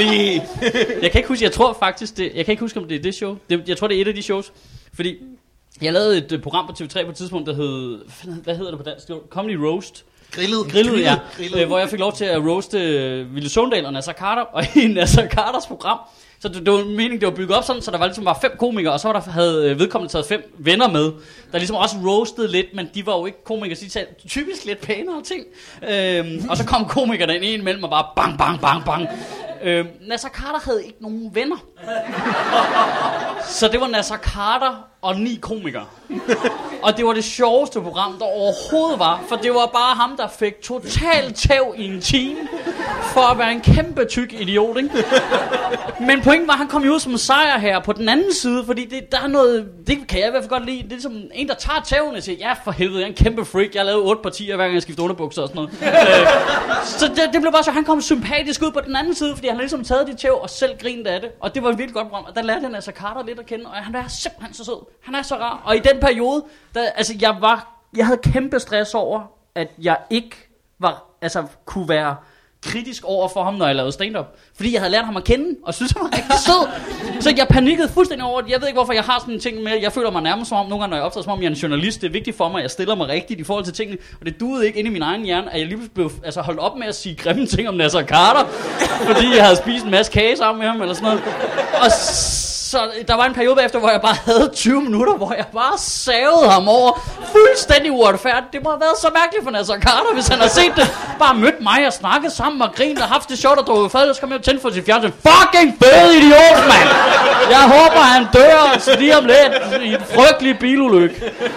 Speaker 6: Jeg kan ikke huske, jeg tror faktisk det, jeg kan ikke huske om det er det show. Jeg tror det er et af de shows, fordi Jeg lavede et program på TV3 på et tidspunkt, der hed... Hvad hedder det på dansk? Comedy Roast.
Speaker 2: Grillet,
Speaker 6: ja.
Speaker 2: Grillet.
Speaker 6: Hvor jeg fik lov til at roaste Ville Søvndal og Nasser Carter. Og i Nasser Carters program, så det var meningen, det var bygget op sådan, så der var ligesom bare 5 komikere, og så havde vedkommende taget 5 venner med, der ligesom også roastede lidt, men de var jo ikke komikere, så de sagde typisk lidt pænere ting. Og så kom komikerne ind imellem og bare bang, bang, bang, bang. Nasser Carter havde ikke nogen venner. Så det var Nasser Carter og 9 komikere. Og det var det sjoveste program, der overhovedet var. For det var bare ham, der fik totalt tæv i en time. For at være en kæmpe tyk idiot, ikke? Men pointen var, at han kom jo ud som en sejr her på den anden side. Fordi der er noget, det kan jeg i hvert fald godt lide. Det er som en, der tager tævene og siger, ja for helvede, jeg er en kæmpe freak. Jeg lavede 8 partier, hver gang jeg skiftede underbukser og sådan noget. Så det blev bare så, han kom sympatisk ud på den anden side. Fordi han har ligesom taget de tæv og selv grint af det. Og det var et virkelig godt program. Og der lærte han altså Carter lidt at kende. Og han er simpelthen så sød. Han er så rar. Og i den periode, altså jeg havde kæmpe stress over, at jeg ikke kunne være kritisk over for ham, når jeg lavede stand-up. Fordi jeg havde lært ham at kende, og synes, han var rigtig sød. Så jeg panikkede fuldstændig over det. Jeg ved ikke, hvorfor jeg har sådan en ting med, jeg føler mig nærmest som om, nogle gange, når jeg optræder, som om jeg er en journalist. Det er vigtigt for mig, at jeg stiller mig rigtigt i forhold til tingene. Og det duede ikke inde i min egen hjerne, at jeg lige blev holdt op med at sige grimme ting om Nasser Carter. Fordi jeg havde spist en masse kage sammen med ham, eller sådan noget. Og så der var en periode bagefter, hvor jeg bare havde 20 minutter, hvor jeg bare savede ham over fuldstændig uretfærdigt. Det må have været så mærkeligt for Nasser Carter, hvis han har set det. Bare mødt mig og snakket sammen og grint og haft det sjovt og drukket fad. Så kom jeg jo tænde for sit fjernsyn. Fucking fed idiot, mand! Jeg håber, han dør lige om lidt i en frygtelig bilulykke.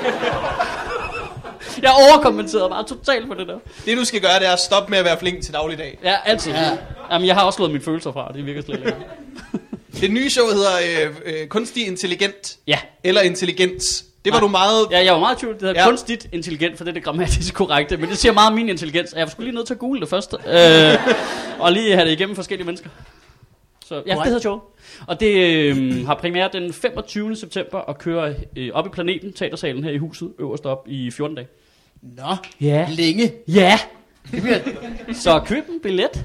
Speaker 6: Jeg overkommenterede bare totalt på det der.
Speaker 2: Det du skal gøre, det er at stoppe med at være flink til dagligdag.
Speaker 6: Ja, altid. Ja. Jamen, jeg har også slået mine følelser fra. Det virker slet ikke.
Speaker 2: Det nye show hedder Kunstig Intelligent.
Speaker 6: Ja.
Speaker 2: Eller Intelligens. Det var du meget...
Speaker 6: Ja, jeg var meget i tvivl. Det hedder kunstigt intelligent, for det er det grammatisk korrekte. Men det siger meget om min intelligens. Jeg var sgu lige nødt til at google det først. Og lige have det igennem forskellige mennesker. Så ja, det hedder show. Og det har premiere den 25. september og kører op i Planeten, teatersalen her i huset, øverst op i 14 dage.
Speaker 1: Nå,
Speaker 6: ja.
Speaker 1: Længe.
Speaker 6: Ja. Så køb en billet.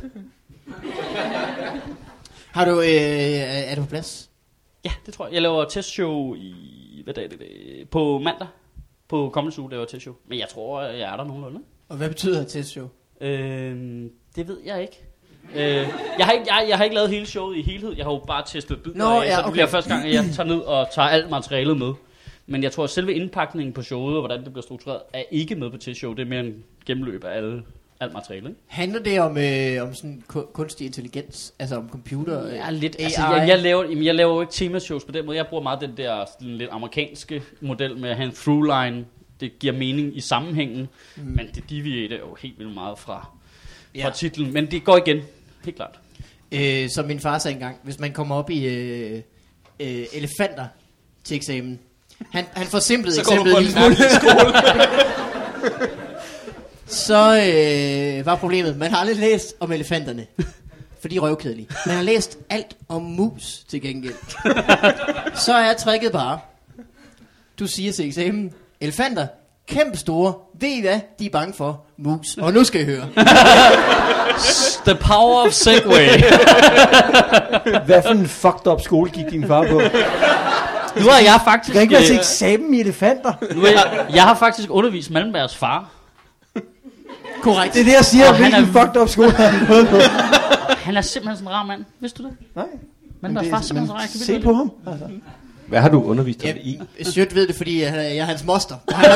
Speaker 1: Har du, er du på plads?
Speaker 6: Ja, det tror jeg. Jeg laver testshow i, hvad dag er det? På mandag. På Comedy Zoo laver jeg testshow. Men jeg tror, jeg er der nogenlunde.
Speaker 1: Og hvad betyder testshow?
Speaker 6: Det ved jeg ikke. Jeg har ikke lavet hele showet i helhed. Jeg har jo bare testet bidder af, så det bliver første gang, at jeg tager ned og tager alt materialet med. Men jeg tror, at selve indpakningen på showet og hvordan det bliver struktureret, er ikke med på testshow. Det er mere en gennemløb af alt materiale. Ikke?
Speaker 1: Handler det om sådan kunstig intelligens, altså om computer?
Speaker 6: Ja, lidt. Altså, jeg laver jo ikke temashows på den måde. Jeg bruger meget den der lidt amerikanske model med at have en throughline. Det giver mening i sammenhængen, men det deviater jo helt vildt meget fra titlen. Men det går igen, helt klart.
Speaker 1: Som min far sagde engang, hvis man kommer op i elefanter til eksamen, han forsimplede eksemplet en lille smule. Så var problemet, man har aldrig læst om elefanterne, for de er røvkedelige. Man har læst alt om mus til gengæld. Så er tricket bare, du siger til eksamen, elefanter, kæmpe store, ved I hvad, de er bange for? Mus. Og nu skal I høre.
Speaker 6: The power of Segway.
Speaker 4: Hvad for en fucked up skole gik din far på?
Speaker 6: Nu har jeg faktisk...
Speaker 4: Jeg kan ikke være til eksamen i elefanter.
Speaker 6: Jeg har faktisk undervist Malmbergs far.
Speaker 1: Korrekt.
Speaker 4: Det er det, jeg siger, hvilken fucked up skole har han gået på.
Speaker 6: Han er simpelthen sådan en rar mand. Vidste du det?
Speaker 4: Nej.
Speaker 6: Malmbergs far er simpelthen sådan en rar.
Speaker 4: Se på ham. Altså.
Speaker 3: Hvad har du undervist ham i?
Speaker 1: Sjøt ved det, fordi jeg er hans moster.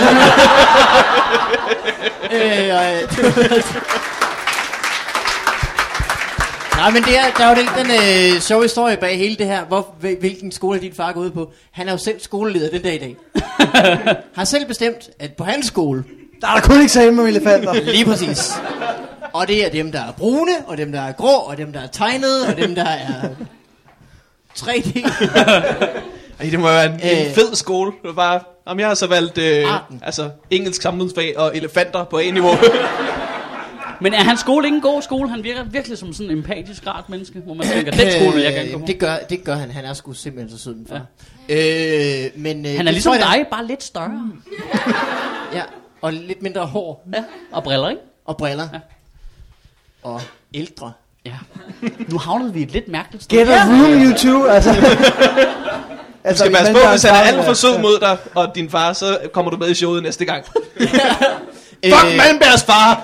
Speaker 1: Nej, men der er jo den sjove historie bag hele det her. Hvilken skole din far går ud på. Han er jo selv skoleleder den dag i dag. Har selv bestemt, at på hans skole,
Speaker 4: der er der kun eksamen om elefanter.
Speaker 1: Lige præcis. Og det er dem, der er brune, og dem, der er grå, og dem, der er tegnede, og dem, der er 3D.
Speaker 2: Ej, det må være en fed skole. Det var bare, jeg har så valgt engelsk samfundsfag og elefanter på A-niveau.
Speaker 6: Men er hans skole ikke en god skole? Han virker virkelig som sådan en empatisk, rart menneske, hvor man tænker, den skole vil jeg gerne gå på.
Speaker 1: Det gør han. Han er sgu simpelthen så sød, min far.
Speaker 6: Ja. Men han er ligesom dig, bare lidt større.
Speaker 1: Ja, og lidt mindre hår.
Speaker 6: Ja, og briller, ikke?
Speaker 1: Og briller. Ja. Og ældre.
Speaker 6: Ja. Nu havnede vi et lidt mærkeligt sted.
Speaker 4: Get a room, you two, altså.
Speaker 2: Du skal passe på, hvis han er alt for sød mod dig, og din far, så kommer du med i showet næste gang. Fuck Malmbergs far!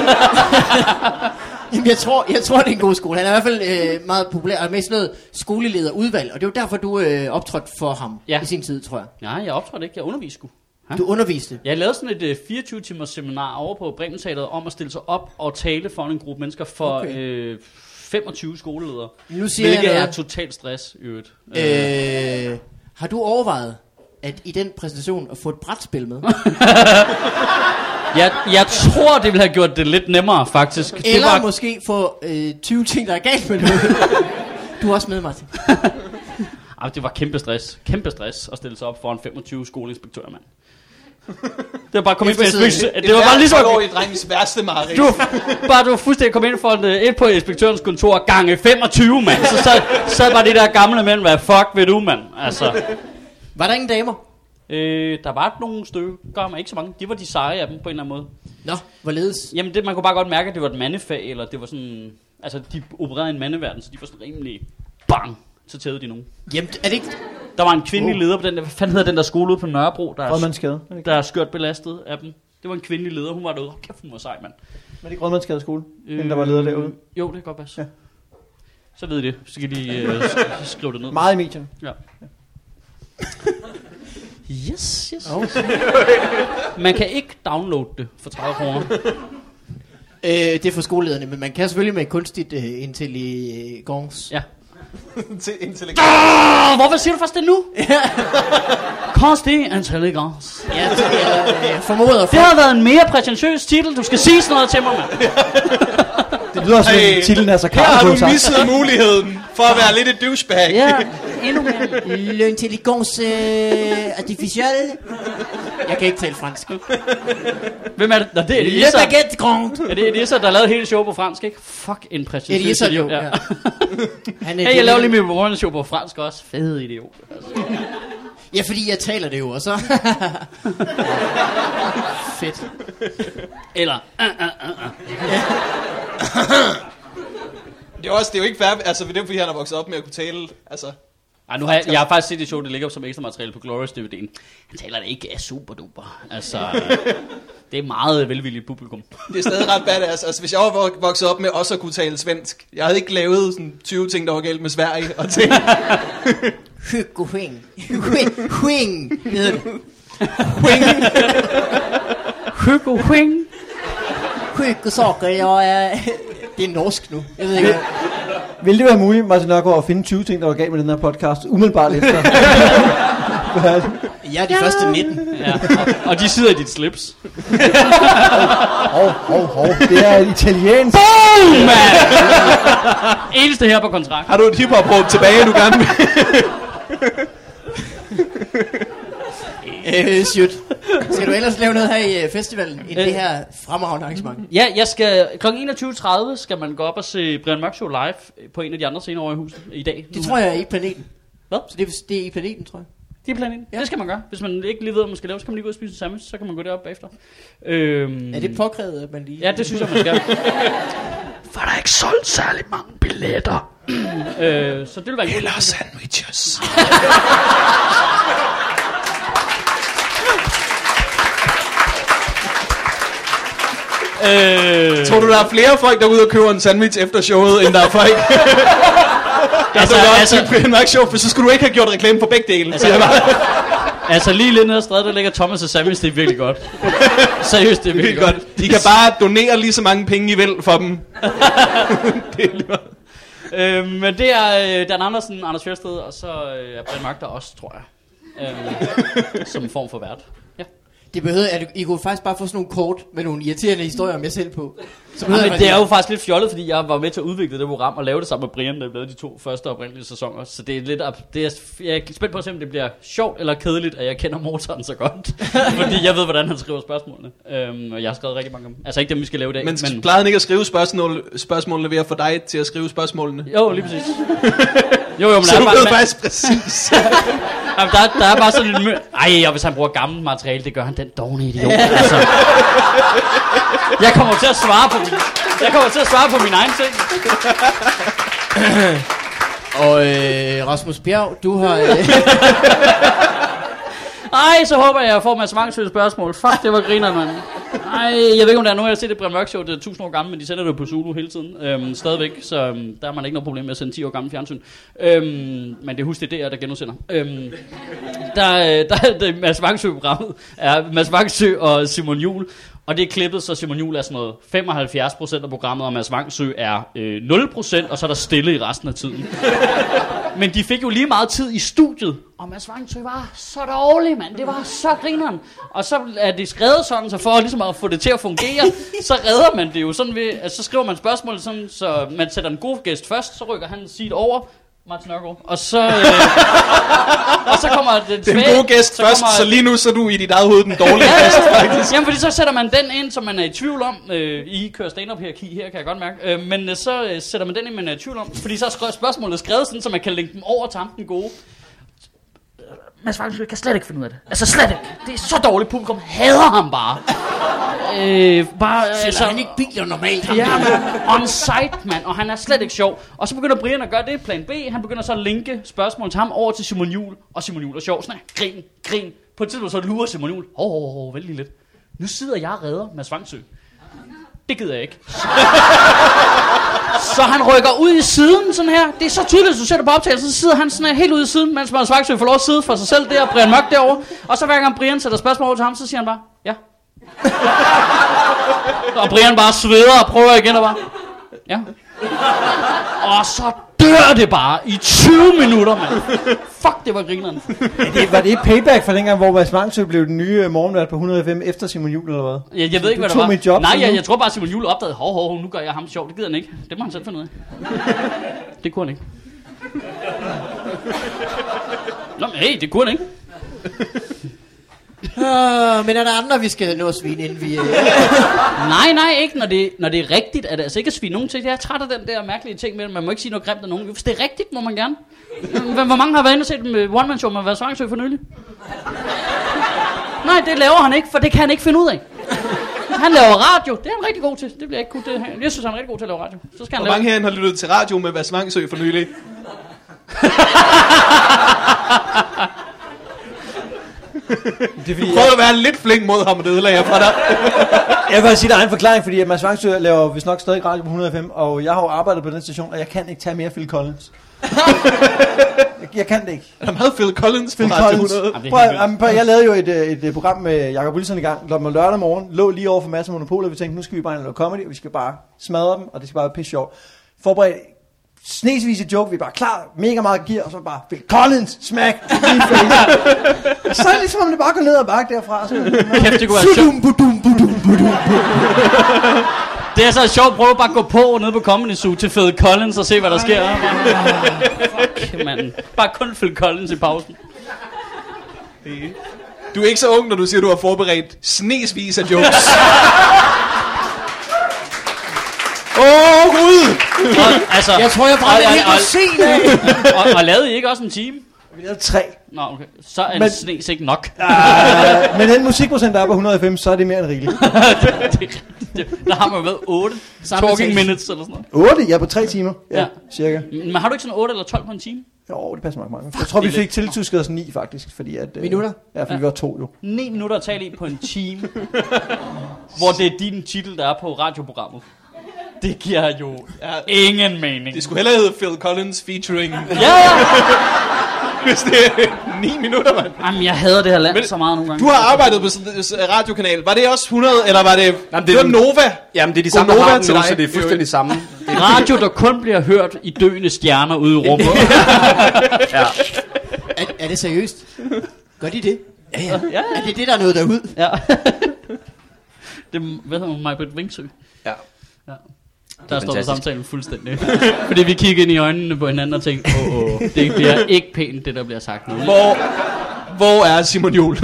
Speaker 1: Jamen, jeg tror, det er en god skole. Han er i hvert fald meget populær, og med sådan noget skolelederudvalg. Og det var derfor, du optrådte for ham i sin tid, tror jeg.
Speaker 6: Nej, jeg optrådte ikke. Jeg underviste sgu.
Speaker 1: Du underviste?
Speaker 6: Jeg lavede sådan et 24-timers seminar over på Bremen Teatret om at stille sig op og tale for en gruppe mennesker for 25 skoleledere.
Speaker 1: Nu siger
Speaker 6: hvilket er totalt stress i øvrigt.
Speaker 1: Har du overvejet at i den præsentation at få et brætspil med?
Speaker 6: Jeg tror, det ville have gjort det lidt nemmere, faktisk.
Speaker 1: Eller det var... måske få 20 ting, der er galt med det. Du er også med, Martin.
Speaker 6: Det var kæmpe stress. Kæmpe stress at stille sig op foran 25 skoleinspektører, mand. Det var bare komme ind for inspektøren. Det var bare ligesom
Speaker 2: i drengens værste mareridt.
Speaker 6: Du var fuldstændig kommet ind for et på inspektørens kontor gange 25, mand. Så sad bare de der gamle mænd, hvad fuck ved du, mand? Altså.
Speaker 1: Var der ingen damer?
Speaker 6: Der var nogle stykker, men ikke så mange. De var de seje af dem på en eller anden måde.
Speaker 1: Nå, hvorledes?
Speaker 6: Jamen man kunne bare godt mærke, at det var et mandefag, eller det var sådan... Altså, de opererede i en mandeverden, så de var sådan rimelig... Bang! Så tævede de nogen.
Speaker 1: Jamen, er det ikke...
Speaker 6: Der var en kvindelig leder på den der... Hvad fanden hedder den der skole ude på Nørrebro? Der er skørt belastet af dem. Det var en kvindelig leder, hun var derude. Kæft, hun var sej, mand.
Speaker 4: Men det er Grønmandsgade skole, den der var leder derude.
Speaker 6: Jo, det kan godt passe. Ja. Så ved I det. Så kan de skrive det ned.
Speaker 4: Meget i medierne.
Speaker 6: Ja. Yes. Man kan ikke downloade det for 30 kroner.
Speaker 1: Det er for skolelederne, men man kan selvfølgelig med kunstigt intelligens.
Speaker 6: Ja.
Speaker 2: Til intelligens.
Speaker 6: Hvorfor siger du først det nu? Kunstig intelligens.
Speaker 1: Ja, jeg formoder.
Speaker 6: Det har været en mere prætentiøs titel. Du skal sige sådan noget til mig, mand.
Speaker 4: Det lyder som titlen er så
Speaker 2: klar. Her har du misset muligheden for at være lidt et douchebag.
Speaker 6: Ja, endnu mere.
Speaker 1: L'intelligence artificielle. Jeg kan ikke tale fransk.
Speaker 6: Hvem er det? Nå, det er
Speaker 1: Le baguette grand.
Speaker 6: Er det Elisa, der lavede hele show på fransk, ikke? Fuck, en præcision.
Speaker 1: Elisa, jo. Ja.
Speaker 6: Hey, jeg laver lige mit morgenshow på fransk også. Fed idiot. Altså.
Speaker 1: Ja, fordi jeg taler det jo, og så... Fedt.
Speaker 6: Eller...
Speaker 2: Det er jo ikke fair, altså det er fordi han har vokset op med at kunne tale, altså...
Speaker 6: Ej, nu har jeg har faktisk set det show, det ligger som ekstra materiale på Glorious DVD'en. Han taler det ikke af super duper. Altså, det er meget velvilligt publikum.
Speaker 2: Det er stadig ret badass. Altså, hvis jeg var vokset op med også at kunne tale svensk, jeg havde ikke lavet sådan 20 ting, der var galt med Sverige og ting.
Speaker 1: Hyggehing. Hedder det.
Speaker 6: Hyggehing.
Speaker 1: Hyggesaker, det er norsk nu. Jeg ved ikke.
Speaker 4: Vil det være muligt, Martin Nørgaard, at finde 20 ting, der var galt med den her podcast, umiddelbart efter?
Speaker 1: Ja, de første 19.
Speaker 6: Ja, og de sidder i dit slips.
Speaker 4: Det er italiensk.
Speaker 6: Boom, man! Eneste her på kontrakt.
Speaker 2: Har du et hiphop-råb tilbage, du gerne vil?
Speaker 1: Shoot. Skal du ellers lave noget her i festivalen, i det her fremragende arrangement?
Speaker 6: Ja, jeg skal kl. 21.30 skal man gå op og se Brian Mørk Show live på en af de andre scener over i huset i dag.
Speaker 1: Det tror jeg er i Planeten.
Speaker 6: Hvad?
Speaker 1: Så det er i Planeten, tror jeg.
Speaker 6: Det er Planeten. Ja. Det skal man gøre. Hvis man ikke lige ved, hvad man skal lave, så kan man lige gå og spise en sandwich, så kan man gå derop bagefter.
Speaker 1: Er det påkrævet, at man lige...
Speaker 6: Ja, det synes jeg, man skal. For der er ikke solgt særlig mange billetter. Så det vil være en
Speaker 2: eller sandwiches. Tror du, der er flere folk, der er ude og køber en sandwich efter showet, end der er folk? Show, for så skulle du ikke have gjort reklame for begge dele.
Speaker 6: Altså lige lidt nede ad strædet, der ligger Thomas' sandwich, det er virkelig godt. Seriøst, det er virkelig godt.
Speaker 2: De kan bare donere lige så mange penge, I vil for dem.
Speaker 6: Men det er Dan Andersen, Anders Fjersted, og så er Brian Mørk der også, tror jeg. Som en form for vært. Ja.
Speaker 1: Det behøver, at I kunne faktisk bare få sådan nogle kort med nogle irriterende historier om jer selv på.
Speaker 6: Så men det er jo faktisk lidt fjollet, fordi jeg var med til at udvikle det program og lave det sammen med Brian, der lavede de 2 første oprindelige sæsoner. Så det er lidt jeg er spændt på at se, om det bliver sjovt eller kedeligt, at jeg kender motoren så godt. Fordi jeg ved, hvordan han skriver spørgsmålene. Og jeg har skrevet rigtig mange af dem. Altså ikke dem, vi skal lave i dag.
Speaker 2: Men plejede han ikke at skrive spørgsmålene ved at få dig til at skrive spørgsmålene?
Speaker 6: Jo, lige præcis. Jo, men
Speaker 2: så du ved faktisk præcis.
Speaker 6: Jamen, der er bare sådan en... og hvis han bruger gammelt materiale, det gør han den dogne idiot. Altså. Jeg kommer til at svare på min egen ting.
Speaker 1: Og Rasmus Bjerg, du har...
Speaker 6: Ej, så håber jeg får Mads Vangsø spørgsmål. Fuck, det var griner, mand. Ej, jeg ved ikke, om der er nogen, der har set det Brian Mørk Show. Det er 1000 år gammel, men de sender det på Zulu hele tiden. Stadigvæk, så der har man ikke noget problem med at sende 10 år gammel fjernsyn. Men det husk, det er der genudsender. Der Mads Vangsø-programmet er Mads Vangsø og Simon Juhl. Og det er klippet, så Simon Juhl er sådan noget 75% af programmet, og Mads Vangsø er 0%, og så er der stille i resten af tiden. Men de fik jo lige meget tid i studiet, og Mads Vangsø var så dårlig, mand. Det var så grineren. Og så er det skrevet sådan, så for ligesom at få det til at fungere, så redder man det jo sådan ved, altså så skriver man spørgsmålet sådan, så man sætter en god gæst først, så rykker han sit over, Martin Nørgaard, og så kommer den
Speaker 2: gode gæst først, så lige nu så er du i dit eget hoved den dårlige gæst, faktisk.
Speaker 6: Jamen, fordi så sætter man den ind, som man er i tvivl om. I kører stand-up-hierarki her, kan jeg godt mærke. Men så sætter man den ind, man er i tvivl om. Fordi så er spørgsmålet skrevet sådan, så man kan linke dem over til ham den gode. Mads Vangsø kan slet ikke finde ud af det. Altså slet ikke. Det er så dårligt. Publikum hader ham bare.
Speaker 1: Selvom han ikke biler normalt.
Speaker 6: Ja, on site, mand. Og han er slet ikke sjov. Og så begynder Brian at gøre det. Plan B. Han begynder så at linke spørgsmål til ham over til Simon Juhl. Og Simon Juhl er sjov. Sådan her. Grin. På et tidspunkt så lurer Simon Juhl. Vælg lige lidt. Nu sidder jeg og redder Mads Vangsø. Det gider jeg ikke. Så han rykker ud i siden sådan her. Det er så tydeligt, at du sætter på optagelsen. Så sidder han sådan her helt ude i siden, mens Mads Vangsø får lov at sidde for sig selv der, og Brian Mørk derovre. Og så hver gang Brian sætter spørgsmål over til ham, så siger han bare, ja. Og Brian bare sveder og prøver igen og bare, ja. Og så dør det bare i 20 minutter, mand. Fuck, det var grineren.
Speaker 4: Var det payback for dengang, hvor Mads Vangsø blev den nye morgenvært på 105 efter Simon Juhl, eller hvad?
Speaker 6: Jeg ved ikke, hvad det var. Job, nej, jeg tror bare, Simon Juhl opdagede, nu gør jeg ham sjov. Det gider han ikke. Det må han selv finde ud af. Det kunne han ikke. Nå, men hey, det kunne han ikke.
Speaker 1: Men er der andre, vi skal nå at svine, inden vi...
Speaker 6: Nej, ikke. Når det er rigtigt, er det altså ikke at svine nogen til. Jeg er træt af den der mærkelige ting med, man må ikke sige noget grimt af nogen. Hvis det er rigtigt, må man gerne. Hvor mange har været inde og set med one-man-show med Mads Vangsø for nylig? Nej, det laver han ikke, for det kan han ikke finde ud af. Han laver radio, det er han rigtig god til. Det bliver ikke godt. Jeg synes, han er rigtig god til at lave radio. Så skal han
Speaker 2: Hvor mange herinde har lyttet til radio med Mads Vangsø for nylig? Det du prøvede at være lidt flink mod ham, og det ødelagde jeg fra dig.
Speaker 4: Jeg vil sige, der er en forklaring, fordi Mads Vangsø laver vist nok stadig radio på 105, og jeg har jo arbejdet på den station, og jeg kan ikke tage mere Phil Collins. Jeg kan det ikke.
Speaker 2: Er der meget Phil Collins på Radio 100?
Speaker 4: Jeg lavede jo et program med Jacob Wilson i gang, lørdag morgen, lå lige over for Mads Monopol, og vi tænkte, nu skal vi bare lave comedy, og vi skal bare smadre dem, og det skal bare være pisse sjovt. Forberedt snesvis et joke, vi er bare klar, mega meget gear, og så bare Phil Collins, smack, så er det ligesom, om det bare går ned og bakke derfra.
Speaker 6: Kæft, det kunne være sjovt. Det er så sjovt, prøv bare at gå på nede på Comedy Zoo til Phil Collins og se, hvad der sker. Fuck, mand. Bare kun Phil Collins i pausen.
Speaker 2: Du er ikke så ung, når du siger, du har forberedt snesvis af jokes. Gud!
Speaker 6: Altså,
Speaker 1: jeg tror, jeg bare helt at se det.
Speaker 6: Og lavede I ikke også en time?
Speaker 4: Vi lavede 3.
Speaker 6: Nå, okay. Så er en snes ikke nok.
Speaker 4: Men den musikprocent, der er på 190, så er det mere end rigeligt.
Speaker 6: Der har man jo været 8 talking minutes eller sådan noget.
Speaker 4: 8? Ja, på 3 timer. Ja, cirka.
Speaker 6: Men har du ikke sådan 8 eller 12 på en time?
Speaker 4: Jo, det passer nok mange. Jeg tror, vi fik tiltusket os 9 faktisk, fordi at...
Speaker 1: Minutter?
Speaker 4: Ja, fordi vi var 2 jo.
Speaker 6: 9 minutter at tale i på en time. Hvor det er din titel, der er på radioprogrammet. Det giver jo ingen mening.
Speaker 2: Det skulle hellere hedde Phil Collins featuring.
Speaker 6: Ja!
Speaker 2: Hvis det er 9 minutter, mand.
Speaker 6: Jamen, jeg hader det her land så meget nogle gange.
Speaker 2: Du har arbejdet på sådan en radiokanal. Var det også 100, eller var det...
Speaker 3: Jamen,
Speaker 2: det var Nova.
Speaker 3: Jamen, det er de samme, der har den nu, så det er fuldstændig samme.
Speaker 6: Radio, der kun bliver hørt i døende stjerner ude i rummet.
Speaker 3: Ja.
Speaker 1: Er det seriøst? Gør de det?
Speaker 6: Ja.
Speaker 1: Er det der er noget derude?
Speaker 6: Ja. Det hvad hedder hun? Maj-Britt Vingsø.
Speaker 3: Ja.
Speaker 6: Der står samtalen fuldstændig. Fordi vi kiggede ind i øjnene på hinanden og tænkte, det bliver ikke pænt, det der bliver sagt nu.
Speaker 2: Hvor er Simon Juhl?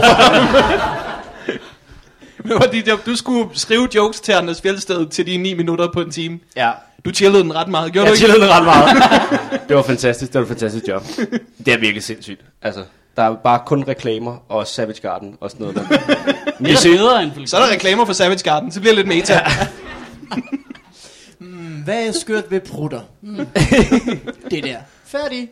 Speaker 2: Du skulle skrive jokes til Anders Fjeldsted til de 9 minutter på en time.
Speaker 3: Ja.
Speaker 2: Du chillede den ret meget. Gjorde du
Speaker 3: ikke? Jeg chillede den ret meget. Det var fantastisk. Det var et fantastisk job. Det er virkelig sindssygt. Altså, der er bare kun reklamer og Savage Garden og sådan noget der.
Speaker 2: Så er der reklamer for Savage Garden. Så bliver det lidt meta. Ja.
Speaker 1: Hvad er skørt ved prutter? Det der. Færdig.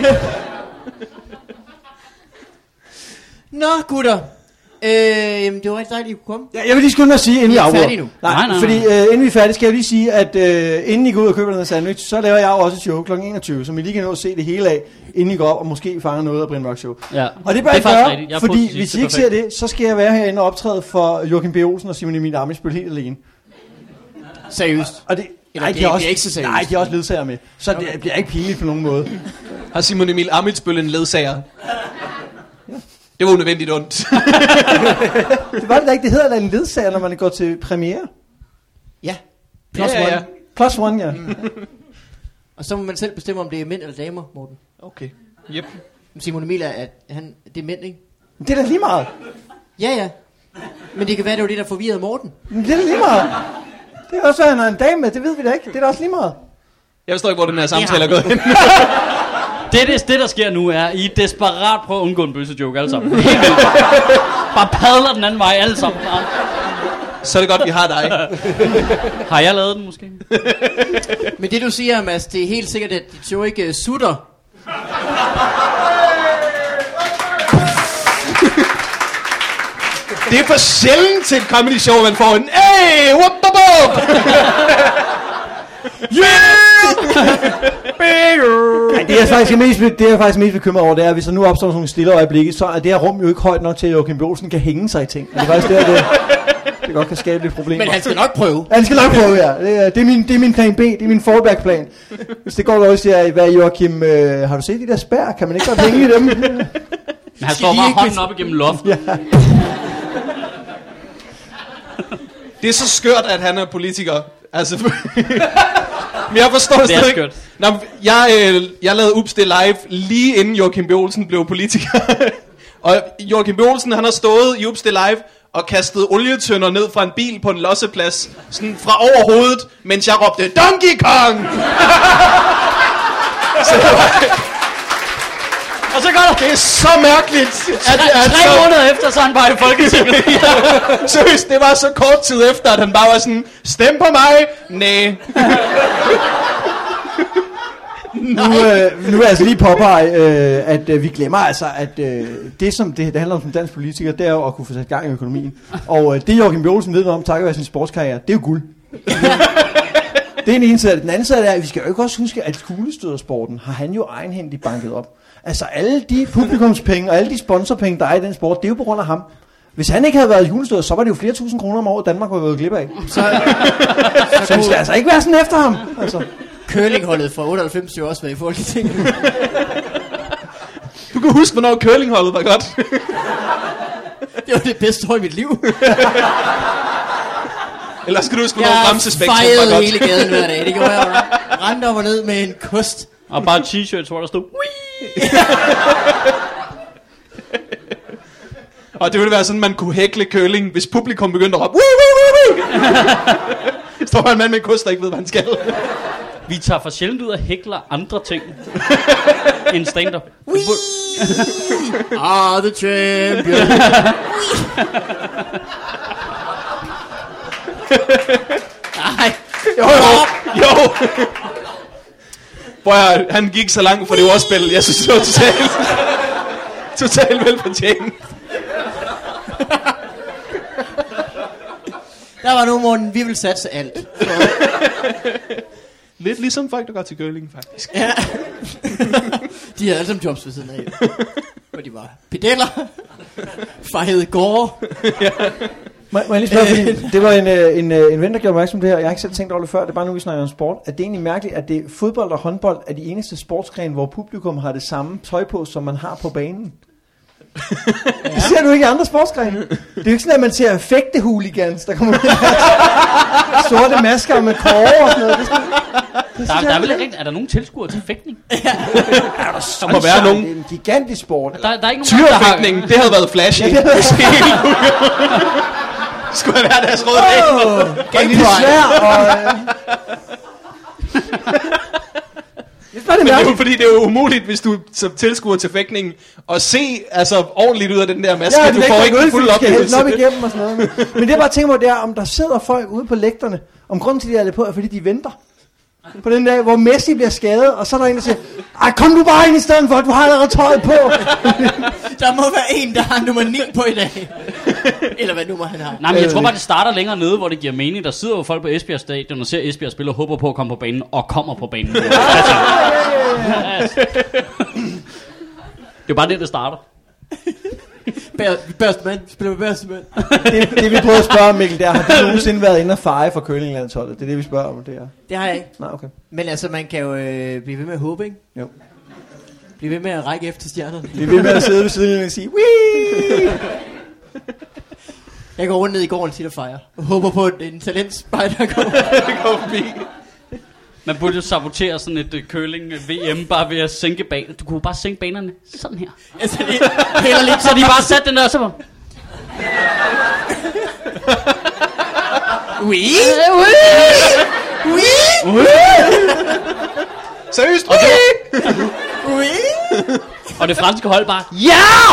Speaker 1: Nå, gutter. Jamen, det var rigtig dejligt, at I kunne komme.
Speaker 4: Ja, jeg vil lige skynde mig at sige, inden vi
Speaker 1: er
Speaker 4: afbryder.
Speaker 1: færdige nu.
Speaker 4: Nej, fordi inden vi er færdige, skal jeg lige sige, at inden I går ud og køber den her sandwich, så laver jeg jo også et show kl. 21, som I lige kan nå at se det hele af, inden I går op og måske fanger noget af Brian Mørk Show.
Speaker 6: Ja.
Speaker 4: Og det er bare
Speaker 6: Det er faktisk rigtigt. Jeg er
Speaker 4: fordi
Speaker 6: positiv,
Speaker 4: hvis I
Speaker 6: det er
Speaker 4: ikke ser det, så skal jeg være herinde og optræde for Joachim B. Olsen og Simon Emil Ammitzbøll helt alene.
Speaker 1: Seriøst.
Speaker 4: Og det,
Speaker 1: Eller det er ikke så seriøst.
Speaker 4: Nej, de er også ledsager med, så det bliver ikke pinligt på nogen måde.
Speaker 2: Har Simon Emil Ammitzbøll en ledsager? Det var unødvendigt ondt.
Speaker 4: Det var det da ikke, det hedder da en ledsager, når man går til premiere.
Speaker 1: Ja.
Speaker 2: Plus one.
Speaker 4: Plus one, ja.
Speaker 1: Og så må man selv bestemme, om det er mænd eller damer, Morten.
Speaker 2: Okay. Yep.
Speaker 1: Simon Emil er, at det er mænd, ikke?
Speaker 4: Det er da lige meget.
Speaker 1: Ja. Men det kan være, det var det, der forvirrede Morten.
Speaker 4: Men det er da lige meget. Det er også, at han har en dame med, det ved vi da ikke. Det er da også lige meget.
Speaker 2: Jeg forstår ikke, hvor den her samtale er gået hen.
Speaker 6: Det, der sker nu, er, I er desperat på at undgå en bøsse joke alle sammen. Helt vildt. Bare padler den anden vej alle sammen.
Speaker 2: Så er det godt, vi har dig.
Speaker 6: Har jeg lavet den måske?
Speaker 1: Men det du siger, Mads, det er helt sikkert, at dit show ikke sutter.
Speaker 2: Det er for sjældent til et comedy show, man får en hey, whoop, whoop, whoop.
Speaker 4: Ej, det er jeg faktisk mest bekymret over, det er, at hvis der nu opstår sådan nogle stille øjeblikke, så er det her rum jo ikke højt nok til, at Joachim B. Olsen kan hænge sig i ting. Og det er faktisk det godt kan skabe lidt problemer.
Speaker 1: Men han skal nok prøve.
Speaker 4: Han skal nok prøve, ja. Det er min plan B, det er min fallback-plan. Hvis det går dårligt, siger jeg, hvad Joachim, har du set de der spær? Kan man ikke godt hænge i dem?
Speaker 6: Men han slår bare hånden op igennem loftet. Ja.
Speaker 2: Det er så skørt, at han er politiker. Altså, men jeg forstår det
Speaker 6: er
Speaker 2: ikke.
Speaker 6: skørt.
Speaker 2: Nå, jeg lavede Ups det live lige inden Joachim B. Olsen blev politiker. Og Joachim B. Olsen, han har stået i Ups det live og kastet olietønder ned fra en bil på en losseplads, sådan fra over hovedet, mens jeg råbte Donkey Kong.
Speaker 6: Og så går der
Speaker 2: Det er så mærkeligt. At
Speaker 6: 3 måneder efter, så er han bare i Folketinget.
Speaker 2: Ja, seriøst, det var så kort tid efter, at han bare var sådan, stem på mig. Næh.
Speaker 4: Nu er jeg altså lige påpege, at vi glemmer altså, at det som det handler om som dansk politiker, det er jo at kunne få sat gang i økonomien. Og det Joachim B. Olsen ved om, takket være sin sportskarriere, det er jo guld. Det er den ene side. Den anden side er, at vi skal jo ikke også huske, at kuglestødersporten har han jo egenhændigt banket op. Altså alle de publikumspenge og alle de sponsorpenge, der er i den sport, det er jo på grund af ham. Hvis han ikke havde været julestøder, så var det jo flere tusind kroner om året, Danmark var gået glip af. Så vi skal altså ikke være sådan efter ham. Altså.
Speaker 1: Curlingholdet fra 98 jo også været i Folketinget.
Speaker 2: Du kan huske, hvornår curlingholdet var godt.
Speaker 1: Det var det bedste år i mit liv.
Speaker 2: Eller skal du huske, hvornår bremsespektrum var
Speaker 1: godt? Jeg
Speaker 2: godt?
Speaker 1: fejede hele gaden hver dag. Det gjorde jeg. Rendte op og ned med en kost.
Speaker 6: Og bare t-shirts, hvor der stod
Speaker 2: Og det ville være sådan, man kunne hækle curling, hvis publikum begyndte at råbe wii. Står der en mand med en kost, der ikke ved, hvad han skal.
Speaker 6: Vi tager for sjældent ud og hækler andre ting end stand-up.
Speaker 1: The champion. Nej.
Speaker 2: Jo. Han gik så langt for det ordspil. Jeg synes, det var totalt velfortjent.
Speaker 1: Der var nu, Morten, vi vil satse alt.
Speaker 2: Lidt ligesom folk, der går til curling, faktisk.
Speaker 1: Ja. De havde alle sammen jobs ved siden af. Hvor de var pedeller, fejede gårde.
Speaker 4: Må jeg lige spørge, fordi det var en ven, der gjorde opmærksom på det her, jeg har ikke selv tænkt over det før, det er bare nu, vi snakker om sport, at det er egentlig mærkeligt, at det fodbold og håndbold er de eneste sportsgrene, hvor publikum har det samme tøj på, som man har på banen. Ja. Det ser du ikke i andre sportsgrene. Det er jo ikke sådan, at man ser fægtehooligans, der kommer ud sorte masker med kåre og sådan noget.
Speaker 6: Der er vel ikke rigtigt. Er der nogen tilskuere til fægtning?
Speaker 2: Der må være nogen.
Speaker 4: Det er en gigantisk sport.
Speaker 6: Der er ikke nogen
Speaker 2: tyrefægtning, det havde været flashy. Ja, det skulle have været deres røde dag.
Speaker 4: Det er svært og...
Speaker 2: Men det er jo fordi, det er jo umuligt, hvis du som tilskuer til fægtningen og se altså ordentligt ud af den der maske.
Speaker 4: Ja,
Speaker 2: du får ikke fuld oplevelse.
Speaker 4: Op igennem og sådan noget. Men det er bare tænkt mig, det er, om der sidder folk ude på lægterne, om grunden til, at de er det på, er fordi de venter. På den dag, hvor Messi bliver skadet, og så er der en, der siger, Ej, kom du bare ind i stedet for, du har allerede tøjet på.
Speaker 1: Der må være en, der har nummer 9 på i dag. Eller hvad nummer han har.
Speaker 6: Nej, men jeg tror bare, det starter længere nede, hvor det giver mening. Der sidder jo folk på Esbjerg Stadion og ser Esbjerg spille og håber på at komme på banen, og kommer på banen. Det er bare det starter.
Speaker 1: Børstemand, spiller med Børstemand.
Speaker 4: Det vi prøver at spørge om, Mikkel, der har du nogensinde været inde og feje for curlinglandsholdet? Det er det, vi spørger om, det er.
Speaker 1: Det har jeg ikke.
Speaker 4: Nej, okay.
Speaker 1: Men altså, man kan jo blive ved med at håbe, ikke?
Speaker 4: Jo.
Speaker 1: Blive ved med at række efter stjernerne.
Speaker 4: Vi er ved med at sidde ved siden og sige, Wii!
Speaker 1: Jeg går rundt ned i gården tit og fejrer. Og håber på, at en talentspejder går forbi.
Speaker 6: Man burde jo sabotere sådan et curling-VM bare ved at sænke banen. Du kunne bare sænke banerne sådan her.
Speaker 1: Altså, det heller lidt.
Speaker 6: Så de bare satte den der, så bare...
Speaker 1: Oui!
Speaker 2: Seriøst?
Speaker 1: Oui!
Speaker 6: Og det franske hold bare... Ja!